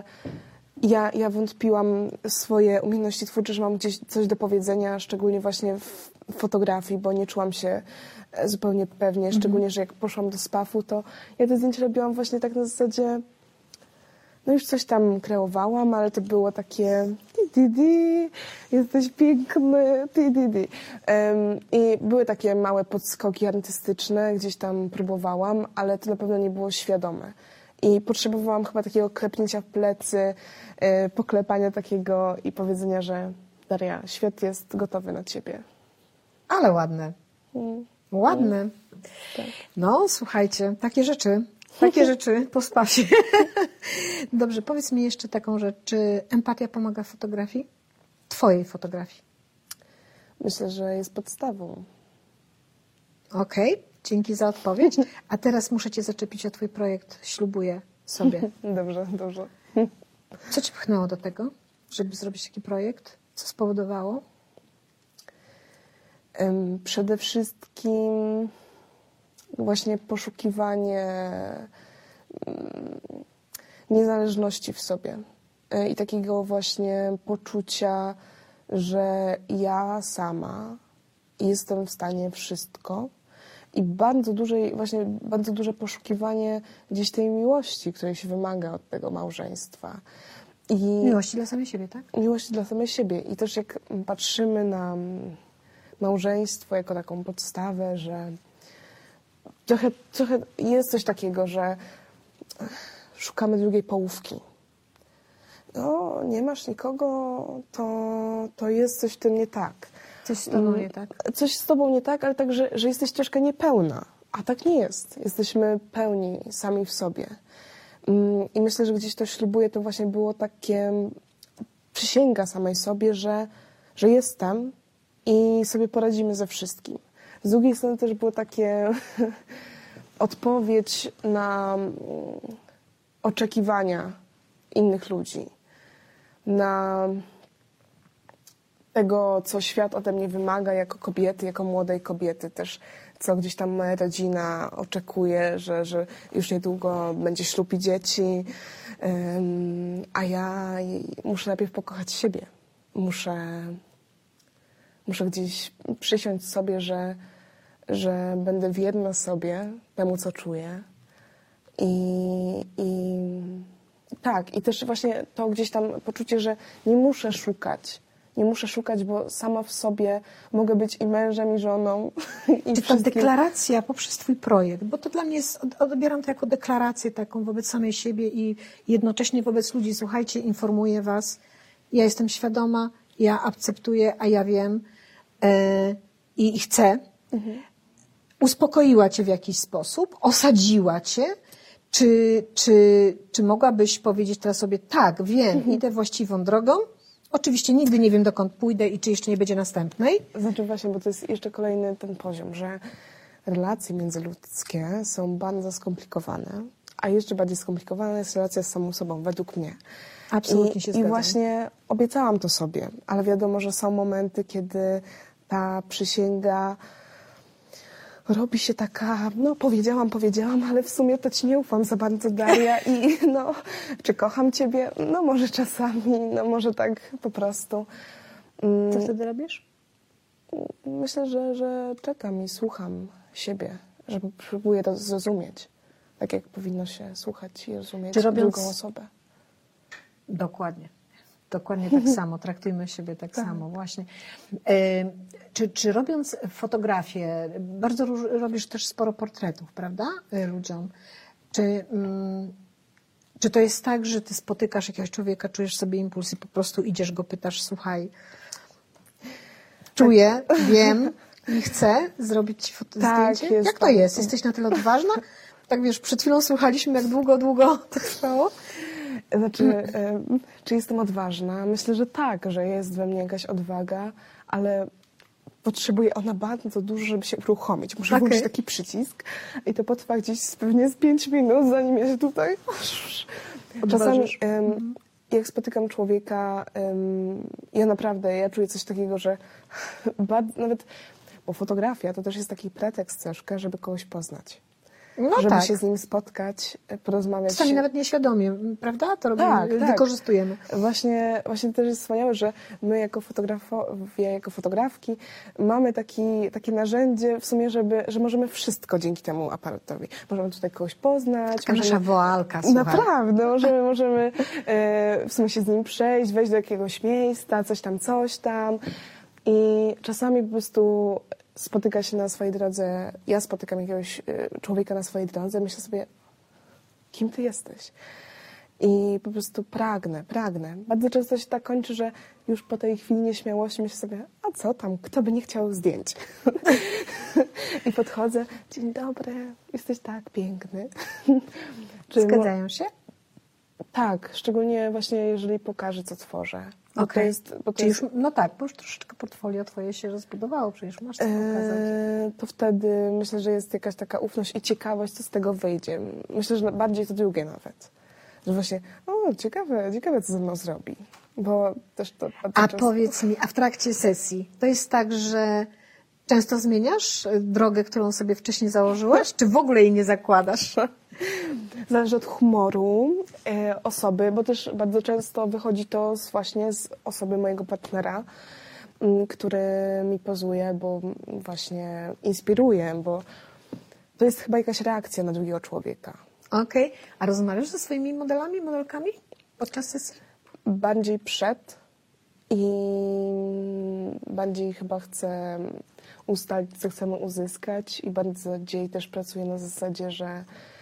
ja wątpiłam w swoje umiejętności twórcze, że mam gdzieś coś do powiedzenia, szczególnie właśnie fotografii, bo nie czułam się zupełnie pewnie, szczególnie, że jak poszłam do SPAF-u, to ja te zdjęcia robiłam właśnie tak na zasadzie, no już coś tam kreowałam, ale to było takie jesteś piękny, I były takie małe podskoki artystyczne, gdzieś tam próbowałam, ale to na pewno nie było świadome. I potrzebowałam chyba takiego klepnięcia w plecy, poklepania takiego i powiedzenia, że Daria, świat jest gotowy na ciebie. Ale ładne. Ładne. Tak. No, słuchajcie, takie rzeczy po SPAF-ie. Dobrze, powiedz mi jeszcze taką rzecz. Czy empatia pomaga w fotografii? Twojej fotografii? Myślę, że jest podstawą. Okej, dzięki za odpowiedź. A teraz muszę cię zaczepić o twój projekt Ślubuję sobie. Dobrze. Co cię pchnęło do tego, żeby zrobić taki projekt? Co spowodowało? Przede wszystkim właśnie poszukiwanie niezależności w sobie i takiego właśnie poczucia, że ja sama jestem w stanie wszystko i bardzo duże poszukiwanie gdzieś tej miłości, której się wymaga od tego małżeństwa. Miłości dla samej siebie, tak? Miłości dla samej siebie. I też jak patrzymy na małżeństwo jako taką podstawę, że trochę jest coś takiego, że szukamy drugiej połówki. No, nie masz nikogo, to jest coś w tym nie tak. Coś z tobą nie tak. Coś z tobą nie tak, ale także, że jesteś troszkę niepełna. A tak nie jest. Jesteśmy pełni sami w sobie. I myślę, że gdzieś to Ślubuję, to właśnie było takie przysięga samej sobie, że jestem i sobie poradzimy ze wszystkim. Z drugiej strony też było takie odpowiedź na oczekiwania innych ludzi, na tego, co świat ode mnie wymaga jako kobiety, jako młodej kobiety też, co gdzieś tam moja rodzina oczekuje, że już niedługo będzie ślub i dzieci, a ja muszę najpierw pokochać siebie. Muszę gdzieś przysiąść sobie, że będę wierna sobie, temu, co czuję. Tak, i też właśnie to gdzieś tam poczucie, że nie muszę szukać, bo sama w sobie mogę być i mężem, i żoną. Czy ta deklaracja poprzez twój projekt, bo to dla mnie jest, odbieram to jako deklarację taką wobec samej siebie i jednocześnie wobec ludzi. Słuchajcie, informuję was, ja jestem świadoma, ja akceptuję, a ja wiem i chcę. Uspokoiła cię w jakiś sposób, osadziła cię. Czy mogłabyś powiedzieć teraz sobie, tak, wiem, idę właściwą drogą, oczywiście nigdy nie wiem, dokąd pójdę i czy jeszcze nie będzie następnej? Znaczy właśnie, bo to jest jeszcze kolejny ten poziom, że relacje międzyludzkie są bardzo skomplikowane, a jeszcze bardziej skomplikowana jest relacja z samą sobą, według mnie. Absolutnie się zgadzam. I właśnie obiecałam to sobie, ale wiadomo, że są momenty, kiedy ta przysięga robi się taka, no powiedziałam, ale w sumie to ci nie ufam za bardzo, Daria, i no, czy kocham ciebie? No może czasami, no może tak po prostu. Co wtedy robisz? Myślę, że czekam i słucham siebie, że próbuję to zrozumieć, tak jak powinno się słuchać i rozumieć drugą osobę. Dokładnie. Dokładnie tak samo. Traktujmy siebie tak samo, właśnie. Czy robiąc fotografię, bardzo robisz też sporo portretów, prawda? Ludziom. Czy to jest tak, że ty spotykasz jakiegoś człowieka, czujesz sobie impuls i po prostu idziesz go, pytasz, słuchaj, czuję, wiem i chcę zrobić zdjęcie? Jak to jest? Jesteś na tyle odważna? Tak wiesz, przed chwilą słuchaliśmy, jak długo to trwało. Znaczy, czy jestem odważna? Myślę, że tak, że jest we mnie jakaś odwaga, ale potrzebuje ona bardzo dużo, żeby się uruchomić. Muszę włączyć taki przycisk i to potrwa gdzieś pewnie z 5 minut, zanim ja się tutaj... Czasami jak spotykam człowieka, ja czuję coś takiego, że nawet, bo fotografia to też jest taki pretekst troszkę, żeby kogoś poznać. No żeby tak. się z nim spotkać, porozmawiać. Czasami nawet nieświadomie, prawda? To robimy, Tak. wykorzystujemy. Właśnie też jest wspaniałe, że my jako fotografki mamy takie narzędzie w sumie, że możemy wszystko dzięki temu aparatowi. Możemy tutaj kogoś poznać. Taka nasza woalka, słuchaj. Naprawdę, możemy w sumie się z nim przejść, wejść do jakiegoś miejsca, coś tam. I czasami po prostu spotyka się na swojej drodze, ja spotykam jakiegoś człowieka na swojej drodze, myślę sobie, kim ty jesteś? I po prostu pragnę. Bardzo często się tak kończy, że już po tej chwili nieśmiałości myślę sobie, a co tam, kto by nie chciał zdjęć? I podchodzę, dzień dobry, jesteś tak piękny. Zgadzają się? Tak, szczególnie właśnie jeżeli pokażę, co tworzę. Okej. No tak, bo już troszeczkę portfolio twoje się rozbudowało, przecież masz co pokazać. To wtedy myślę, że jest jakaś taka ufność i ciekawość, co z tego wyjdzie. Myślę, że bardziej to drugie nawet. Że właśnie, ciekawe, co ze mną zrobi. Bo też to Powiedz mi, a w trakcie sesji to jest tak, że często zmieniasz drogę, którą sobie wcześniej założyłaś, czy w ogóle jej nie zakładasz? Zależy od humoru osoby, bo też bardzo często wychodzi to właśnie z osoby mojego partnera, który mi pozuje, bo właśnie inspiruje, bo to jest chyba jakaś reakcja na drugiego człowieka. Okej. A rozmawiasz ze swoimi modelkami podczas sesji? Bardziej przed i bardziej chyba chcę ustalić, co chcemy uzyskać i bardziej też pracuję na zasadzie, że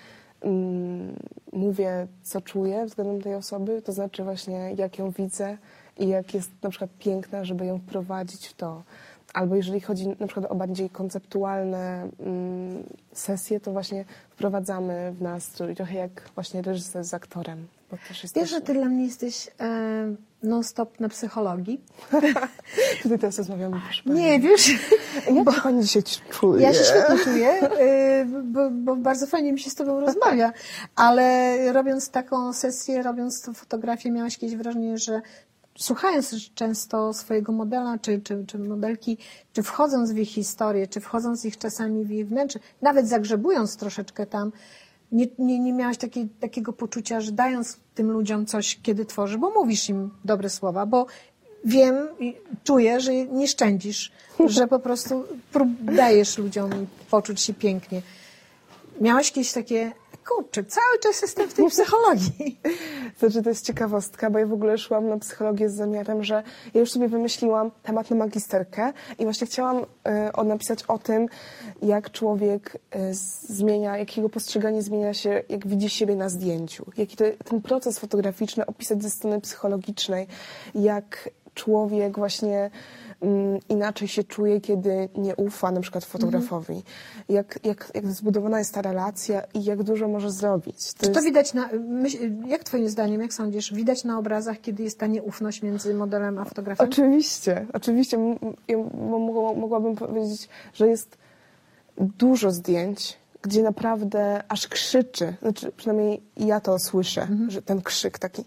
mówię, co czuję względem tej osoby, to znaczy właśnie, jak ją widzę i jak jest na przykład piękna, żeby ją wprowadzić w to. Albo jeżeli chodzi na przykład o bardziej konceptualne sesje, to właśnie wprowadzamy w nastrój, trochę jak właśnie reżyser z aktorem. Bo też Wiesz, że ty dla mnie jesteś non-stop na psychologii? Tutaj teraz rozmawiamy, proszę pani. Nie, wiesz... Jak pani dzisiaj czuje? Ja się świetnie czuję, bo bardzo fajnie mi się z tobą rozmawia, ale robiąc taką sesję, robiąc tą fotografię, miałaś jakieś wrażenie, że słuchając często swojego modela czy modelki, czy wchodząc w ich historię, czy wchodząc ich czasami w ich wnętrze, nawet zagrzebując troszeczkę tam, nie miałaś takiego poczucia, że dając tym ludziom coś, kiedy tworzysz, bo mówisz im dobre słowa, bo wiem i czuję, że nie szczędzisz, że po prostu dajesz ludziom poczuć się pięknie. Miałaś jakieś takie, kurczę, cały czas jestem w tej psychologii. Znaczy, to jest ciekawostka, bo ja w ogóle szłam na psychologię z zamiarem, że ja już sobie wymyśliłam temat na magisterkę i właśnie chciałam napisać o tym, jak człowiek zmienia, jakiego postrzeganie zmienia się, jak widzi siebie na zdjęciu. Jaki ten proces fotograficzny opisać ze strony psychologicznej, jak człowiek właśnie inaczej się czuje, kiedy nie ufa na przykład fotografowi. Jak zbudowana jest ta relacja i jak dużo może zrobić. To widać jak twoim zdaniem, jak sądzisz, widać na obrazach, kiedy jest ta nieufność między modelem a fotografem? Oczywiście. Ja mogłabym powiedzieć, że jest dużo zdjęć, gdzie naprawdę aż krzyczy. Znaczy, przynajmniej ja to słyszę, że ten krzyk taki.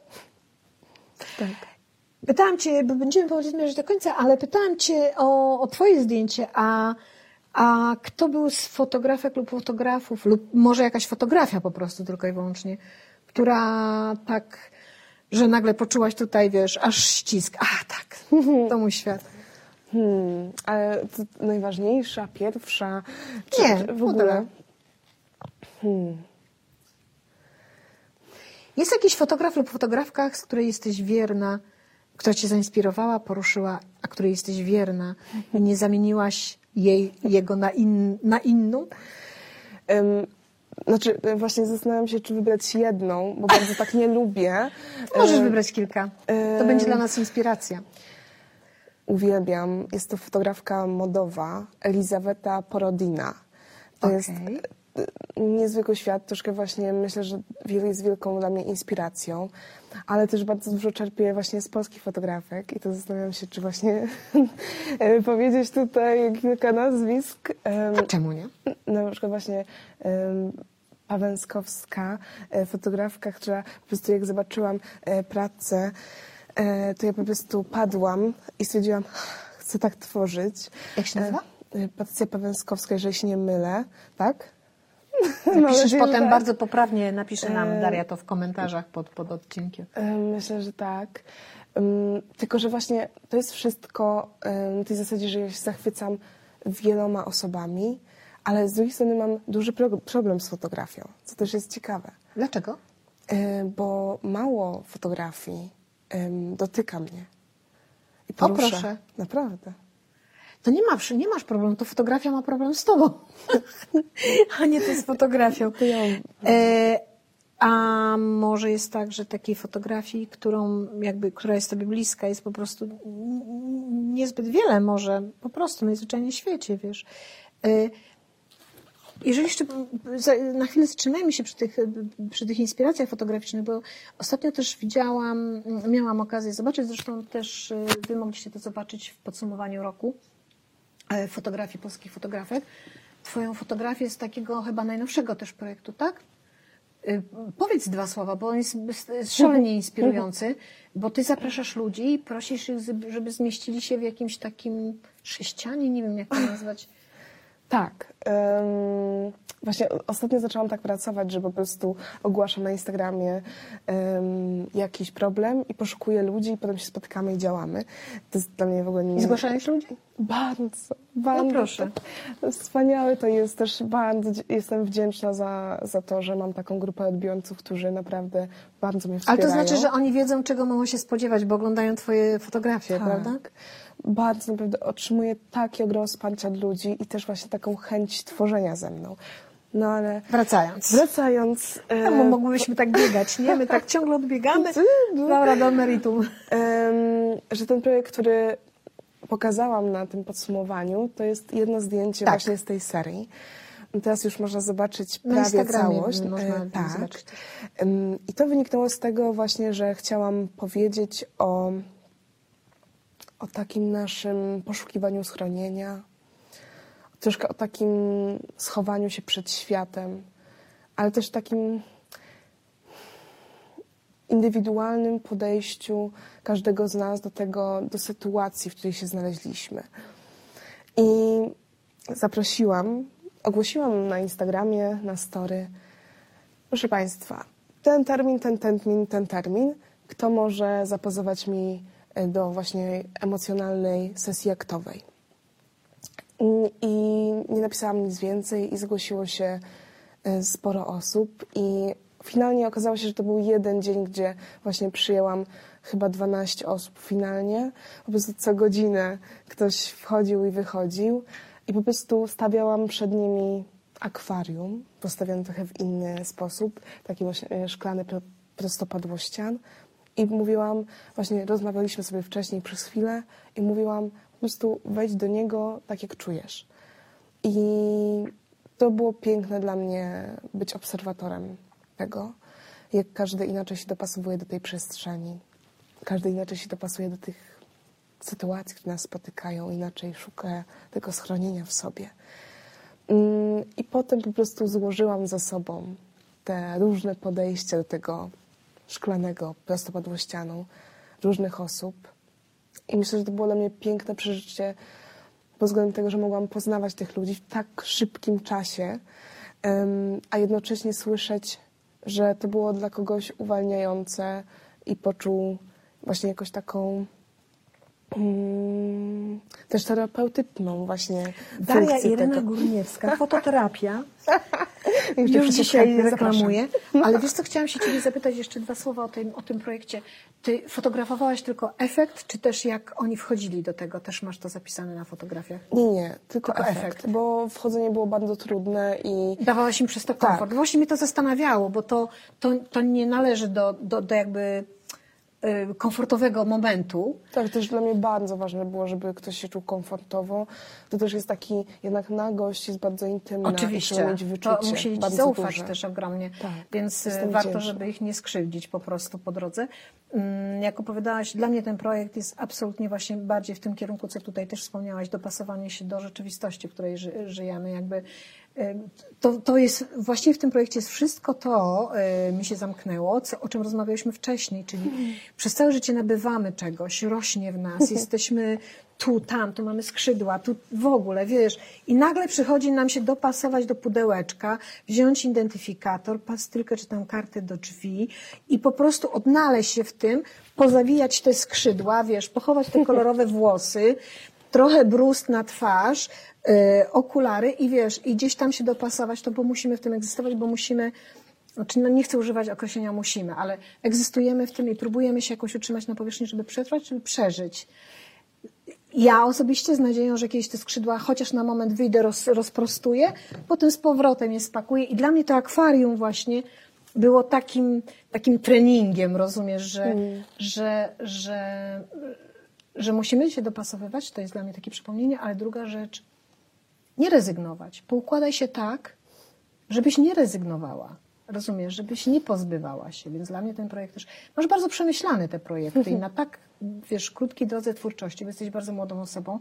Tak. Pytałam cię, bo będziemy powoli zmierzać do końca, ale pytałam cię o twoje zdjęcie, a kto był z fotografek lub fotografów, lub może jakaś fotografia po prostu tylko i wyłącznie, która tak, że nagle poczułaś tutaj, wiesz, aż ścisk. Tak, to mój świat. Ale to najważniejsza, pierwsza, czy w ogóle? Jest jakiś fotograf lub fotografka, z której jesteś wierna, która cię zainspirowała, poruszyła, a której jesteś wierna i nie zamieniłaś jego na inną? Znaczy, właśnie zastanawiam się, czy wybrać jedną, bo bardzo tak nie lubię. Możesz wybrać kilka. To będzie dla nas inspiracja. Uwielbiam. Jest to fotografka modowa, Elizaveta Porodina. To jest niezwykły świat. Troszkę właśnie myślę, że jest wielką dla mnie inspiracją, ale też bardzo dużo czerpię właśnie z polskich fotografek i to zastanawiam się, czy właśnie powiedzieć tutaj kilka nazwisk. A czemu nie? Na przykład właśnie Pawęskowska, fotografka, która po prostu jak zobaczyłam pracę, to ja po prostu padłam i stwierdziłam, chcę tak tworzyć. Jak się nazywa? Patrycja Pawęskowska, jeżeli się nie mylę, tak? Napiszesz nadzieję, potem że tak. bardzo poprawnie, napisze nam Daria to w komentarzach pod odcinkiem. Myślę, że tak. Tylko, że właśnie to jest wszystko na tej zasadzie, że ja się zachwycam wieloma osobami, ale z drugiej strony mam duży problem z fotografią, co też jest ciekawe. Dlaczego? Bo mało fotografii dotyka mnie i O, porusza. proszę. Naprawdę. To nie masz problemu, to fotografia ma problem z tobą, a nie ty z fotografią. To ja A może jest tak, że takiej fotografii, która jest tobie bliska, jest po prostu niezbyt wiele, może po prostu najzwyczajniej w świecie, wiesz. Jeżeli jeszcze na chwilę zatrzymajmy się przy tych inspiracjach fotograficznych, bo ostatnio też miałam okazję zobaczyć, zresztą też wy mogliście to zobaczyć w podsumowaniu roku fotografii polskich fotografek. Twoją fotografię z takiego chyba najnowszego też projektu, tak? Powiedz dwa słowa, bo on jest szalenie inspirujący, bo ty zapraszasz ludzi i prosisz ich, żeby zmieścili się w jakimś takim sześcianie, nie wiem jak to nazwać. Tak. Właśnie ostatnio zaczęłam tak pracować, że po prostu ogłaszam na Instagramie jakiś problem i poszukuję ludzi i potem się spotykamy i działamy. To jest dla mnie w ogóle I zgłaszałeś ludzi? Bardzo. No proszę. Wspaniałe to jest też. Bardzo jestem wdzięczna za to, że mam taką grupę odbiorców, którzy naprawdę bardzo mnie wspierają. Ale to znaczy, że oni wiedzą, czego mogą się spodziewać, bo oglądają twoje fotografie, tak. prawda? Bardzo naprawdę otrzymuję taki ogrom wsparcia od ludzi i też właśnie taką chęć tworzenia ze mną. No ale wracając No, mogłybyśmy tak biegać, nie? My tak ciągle odbiegamy. Dobra, do meritum. Że ten projekt, który pokazałam na tym podsumowaniu, to jest jedno zdjęcie tak. właśnie z tej serii. Teraz już można zobaczyć na prawie Instagramie całość. Można tak. zobaczyć. I to wyniknęło z tego właśnie, że chciałam powiedzieć o takim naszym poszukiwaniu schronienia, troszkę o takim schowaniu się przed światem, ale też takim indywidualnym podejściu każdego z nas do sytuacji, w której się znaleźliśmy. I ogłosiłam na Instagramie, na story, proszę Państwa, ten termin, kto może zapozować mi do właśnie emocjonalnej sesji aktowej. I nie napisałam nic więcej i zgłosiło się sporo osób i finalnie okazało się, że to był jeden dzień, gdzie właśnie przyjęłam chyba 12 osób finalnie. Po prostu co godzinę ktoś wchodził i wychodził i po prostu stawiałam przed nimi akwarium, postawione trochę w inny sposób, taki właśnie szklany prostopadłościan. I mówiłam, właśnie rozmawialiśmy sobie wcześniej przez chwilę i mówiłam, po prostu wejdź do niego tak, jak czujesz. I to było piękne dla mnie być obserwatorem tego, jak każdy inaczej się dopasowuje do tej przestrzeni. Każdy inaczej się dopasuje do tych sytuacji, które nas spotykają, inaczej szuka tego schronienia w sobie. I potem po prostu złożyłam ze sobą te różne podejścia do tego szklanego, prostopadłościanu różnych osób. I myślę, że to było dla mnie piękne przeżycie pod względem tego, że mogłam poznawać tych ludzi w tak szybkim czasie, a jednocześnie słyszeć, że to było dla kogoś uwalniające i poczuł właśnie jakąś taką też terapeutyczną właśnie Daria funkcję Irena tego. Górniewska, fototerapia. Już Już dzisiaj zapraszam. reklamuję. Ale wiesz co, chciałam się ciebie zapytać jeszcze dwa słowa o tym projekcie. Ty fotografowałaś tylko efekt, czy też jak oni wchodzili do tego? Też masz to zapisane na fotografiach? Nie, tylko Tylko efekt, efekt. bo wchodzenie było bardzo trudne i Dawałaś im przez to komfort. Tak. Właśnie mnie to zastanawiało, bo to nie należy do jakby komfortowego momentu. tak, też dla mnie bardzo ważne było, żeby ktoś się czuł komfortowo. To też jest taki, jednak nagość jest bardzo intymna. I Oczywiście, trzeba mieć wyczucie to musieli ci bardzo zaufać duże. też ogromnie, Tak, więc jestem warto, wdzięczna. żeby ich nie skrzywdzić po prostu po drodze. Jak opowiadałaś, dla mnie ten projekt jest absolutnie właśnie bardziej w tym kierunku, co tutaj też wspomniałaś, dopasowanie się do rzeczywistości, w której żyjemy. Jakby To jest, właściwie w tym projekcie jest wszystko to, mi się zamknęło, o czym rozmawialiśmy wcześniej, czyli przez całe życie nabywamy czegoś, rośnie w nas, jesteśmy tu, tam, tu mamy skrzydła, tu w ogóle, wiesz, i nagle przychodzi nam się dopasować do pudełeczka, wziąć identyfikator, pastylkę czy tam kartę do drzwi i po prostu odnaleźć się w tym, pozawijać te skrzydła, wiesz, pochować te kolorowe włosy, trochę brust na twarz, okulary i wiesz, i gdzieś tam się dopasować, to bo musimy w tym egzystować, bo musimy, znaczy no nie chcę używać określenia musimy, ale egzystujemy w tym i próbujemy się jakoś utrzymać na powierzchni, żeby przetrwać, żeby przeżyć. Ja osobiście z nadzieją, że kiedyś te skrzydła chociaż na moment wyjdę, rozprostuję, potem z powrotem je spakuję i dla mnie to akwarium właśnie było takim treningiem, rozumiesz, że musimy się dopasowywać, to jest dla mnie takie przypomnienie, ale druga rzecz, nie rezygnować. Poukładaj się tak, żebyś nie rezygnowała. Rozumiesz, żebyś nie pozbywała się. Więc dla mnie ten projekt też... Masz bardzo przemyślane te projekty i na tak, wiesz, krótkiej drodze twórczości, bo jesteś bardzo młodą osobą,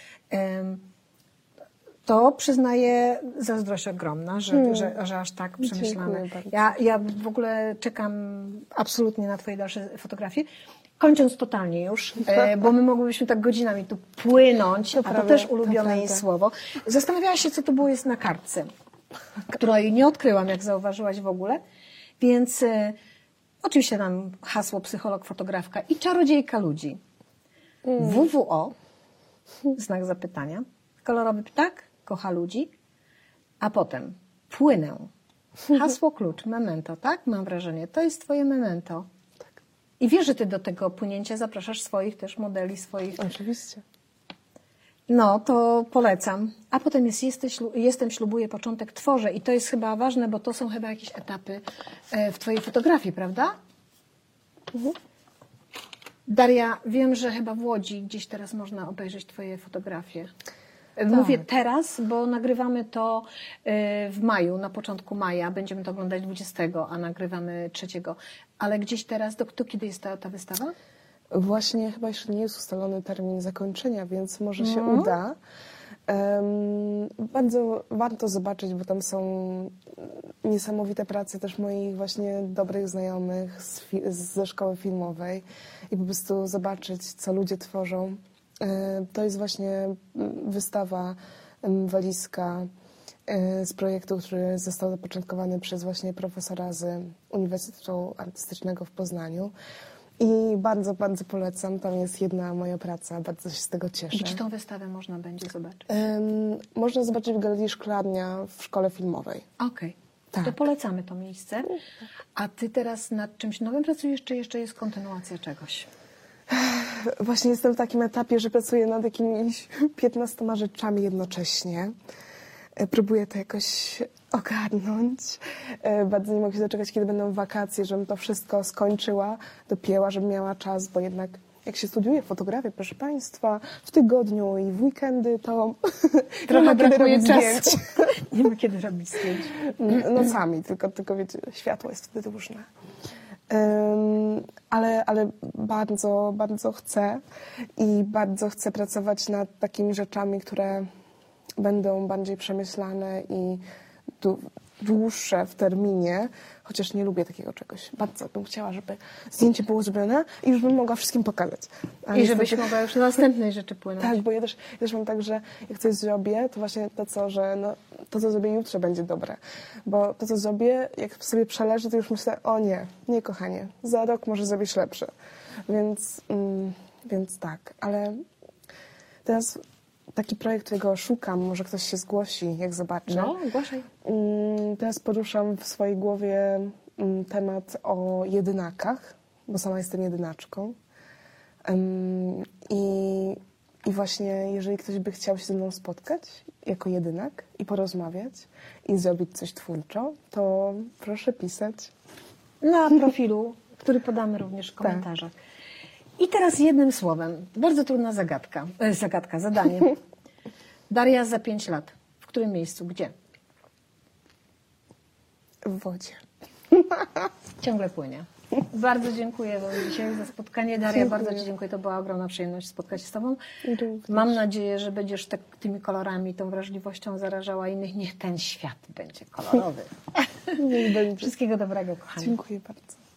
to przyznaję zazdrość ogromna, że aż tak przemyślane. Ja w ogóle czekam absolutnie na twoje dalsze fotografie. Kończąc totalnie już, bo my mogłybyśmy tak godzinami tu płynąć, a to też ulubione jej słowo. Zastanawiałaś się, co to było jest na kartce, której nie odkryłam, jak zauważyłaś w ogóle. Więc oczywiście tam hasło psycholog, fotografka i czarodziejka ludzi. WWO, znak zapytania, kolorowy ptak, kocha ludzi, a potem płynę. Hasło klucz, memento, tak? Mam wrażenie, to jest twoje memento. I wiesz, że ty do tego płynięcia zapraszasz swoich też modeli, swoich... Oczywiście. No, to polecam. A potem jest jestem, ślubuję, początek, tworzę. I to jest chyba ważne, bo to są chyba jakieś etapy w twojej fotografii, prawda? Daria, wiem, że chyba w Łodzi gdzieś teraz można obejrzeć twoje fotografie. Mówię teraz, bo nagrywamy to w maju, na początku maja. Będziemy to oglądać 20, a nagrywamy 3. Ale gdzieś teraz, do kiedy jest ta wystawa? Właśnie chyba jeszcze nie jest ustalony termin zakończenia, więc może się uda. Bardzo warto zobaczyć, bo tam są niesamowite prace też moich właśnie dobrych znajomych ze szkoły filmowej i po prostu zobaczyć, co ludzie tworzą. To jest właśnie wystawa Walizka z projektu, który został zapoczątkowany przez właśnie profesora z Uniwersytetu Artystycznego w Poznaniu. I bardzo, bardzo polecam. Tam jest jedna moja praca. Bardzo się z tego cieszę. Gdzie tą wystawę można będzie zobaczyć? Można zobaczyć w Galerii Szklarnia w Szkole Filmowej. Okej. Tak. To polecamy to miejsce. A ty teraz nad czymś nowym pracujesz, czy jeszcze jest kontynuacja czegoś? Właśnie jestem w takim etapie, że pracuję nad jakimiś 15 rzeczami jednocześnie. Próbuję to jakoś ogarnąć. Bardzo nie mogę się doczekać, kiedy będą wakacje, żebym to wszystko skończyła, dopięła, żebym miała czas, bo jednak jak się studiuje fotografię, proszę Państwa, w tygodniu i w weekendy, to trochę brakuje czasu. Nie ma kiedy robić zdjęć. Nocami, tylko wiecie, światło jest wtedy różne. Ale bardzo, bardzo chcę i bardzo chcę pracować nad takimi rzeczami, które będą bardziej przemyślane i dłuższe w terminie, chociaż nie lubię takiego czegoś. Bardzo bym chciała, żeby zdjęcie było zrobione i już bym mogła wszystkim pokazać. I żebyś mogła już do następnej rzeczy płynąć. Tak, bo ja też mam tak, że jak coś zrobię, to właśnie to, co zrobię jutro będzie dobre. Bo to, co zrobię, jak sobie przeleży, to już myślę, o nie kochanie, za rok może zrobisz lepsze. Więc tak, ale teraz taki projekt, którego szukam, może ktoś się zgłosi, jak zobaczy. No, zgłaszaj. Teraz poruszam w swojej głowie temat o jedynakach, bo sama jestem jedynaczką. I właśnie, jeżeli ktoś by chciał się ze mną spotkać jako jedynak i porozmawiać i zrobić coś twórczo, to proszę pisać. Na profilu, który podamy również w komentarzach. I teraz jednym słowem, bardzo trudna zadanie. Daria za 5 lat. W którym miejscu? Gdzie? W wodzie. Ciągle płynie. Bardzo dziękuję Wam dzisiaj za spotkanie. Daria, Dziękuję. bardzo Ci dziękuję. To była ogromna przyjemność spotkać się z Tobą. Również. Mam nadzieję, że będziesz tymi kolorami, tą wrażliwością zarażała innych. Niech ten świat będzie kolorowy. Niech będzie. Wszystkiego dobrego, kochani. Dziękuję bardzo.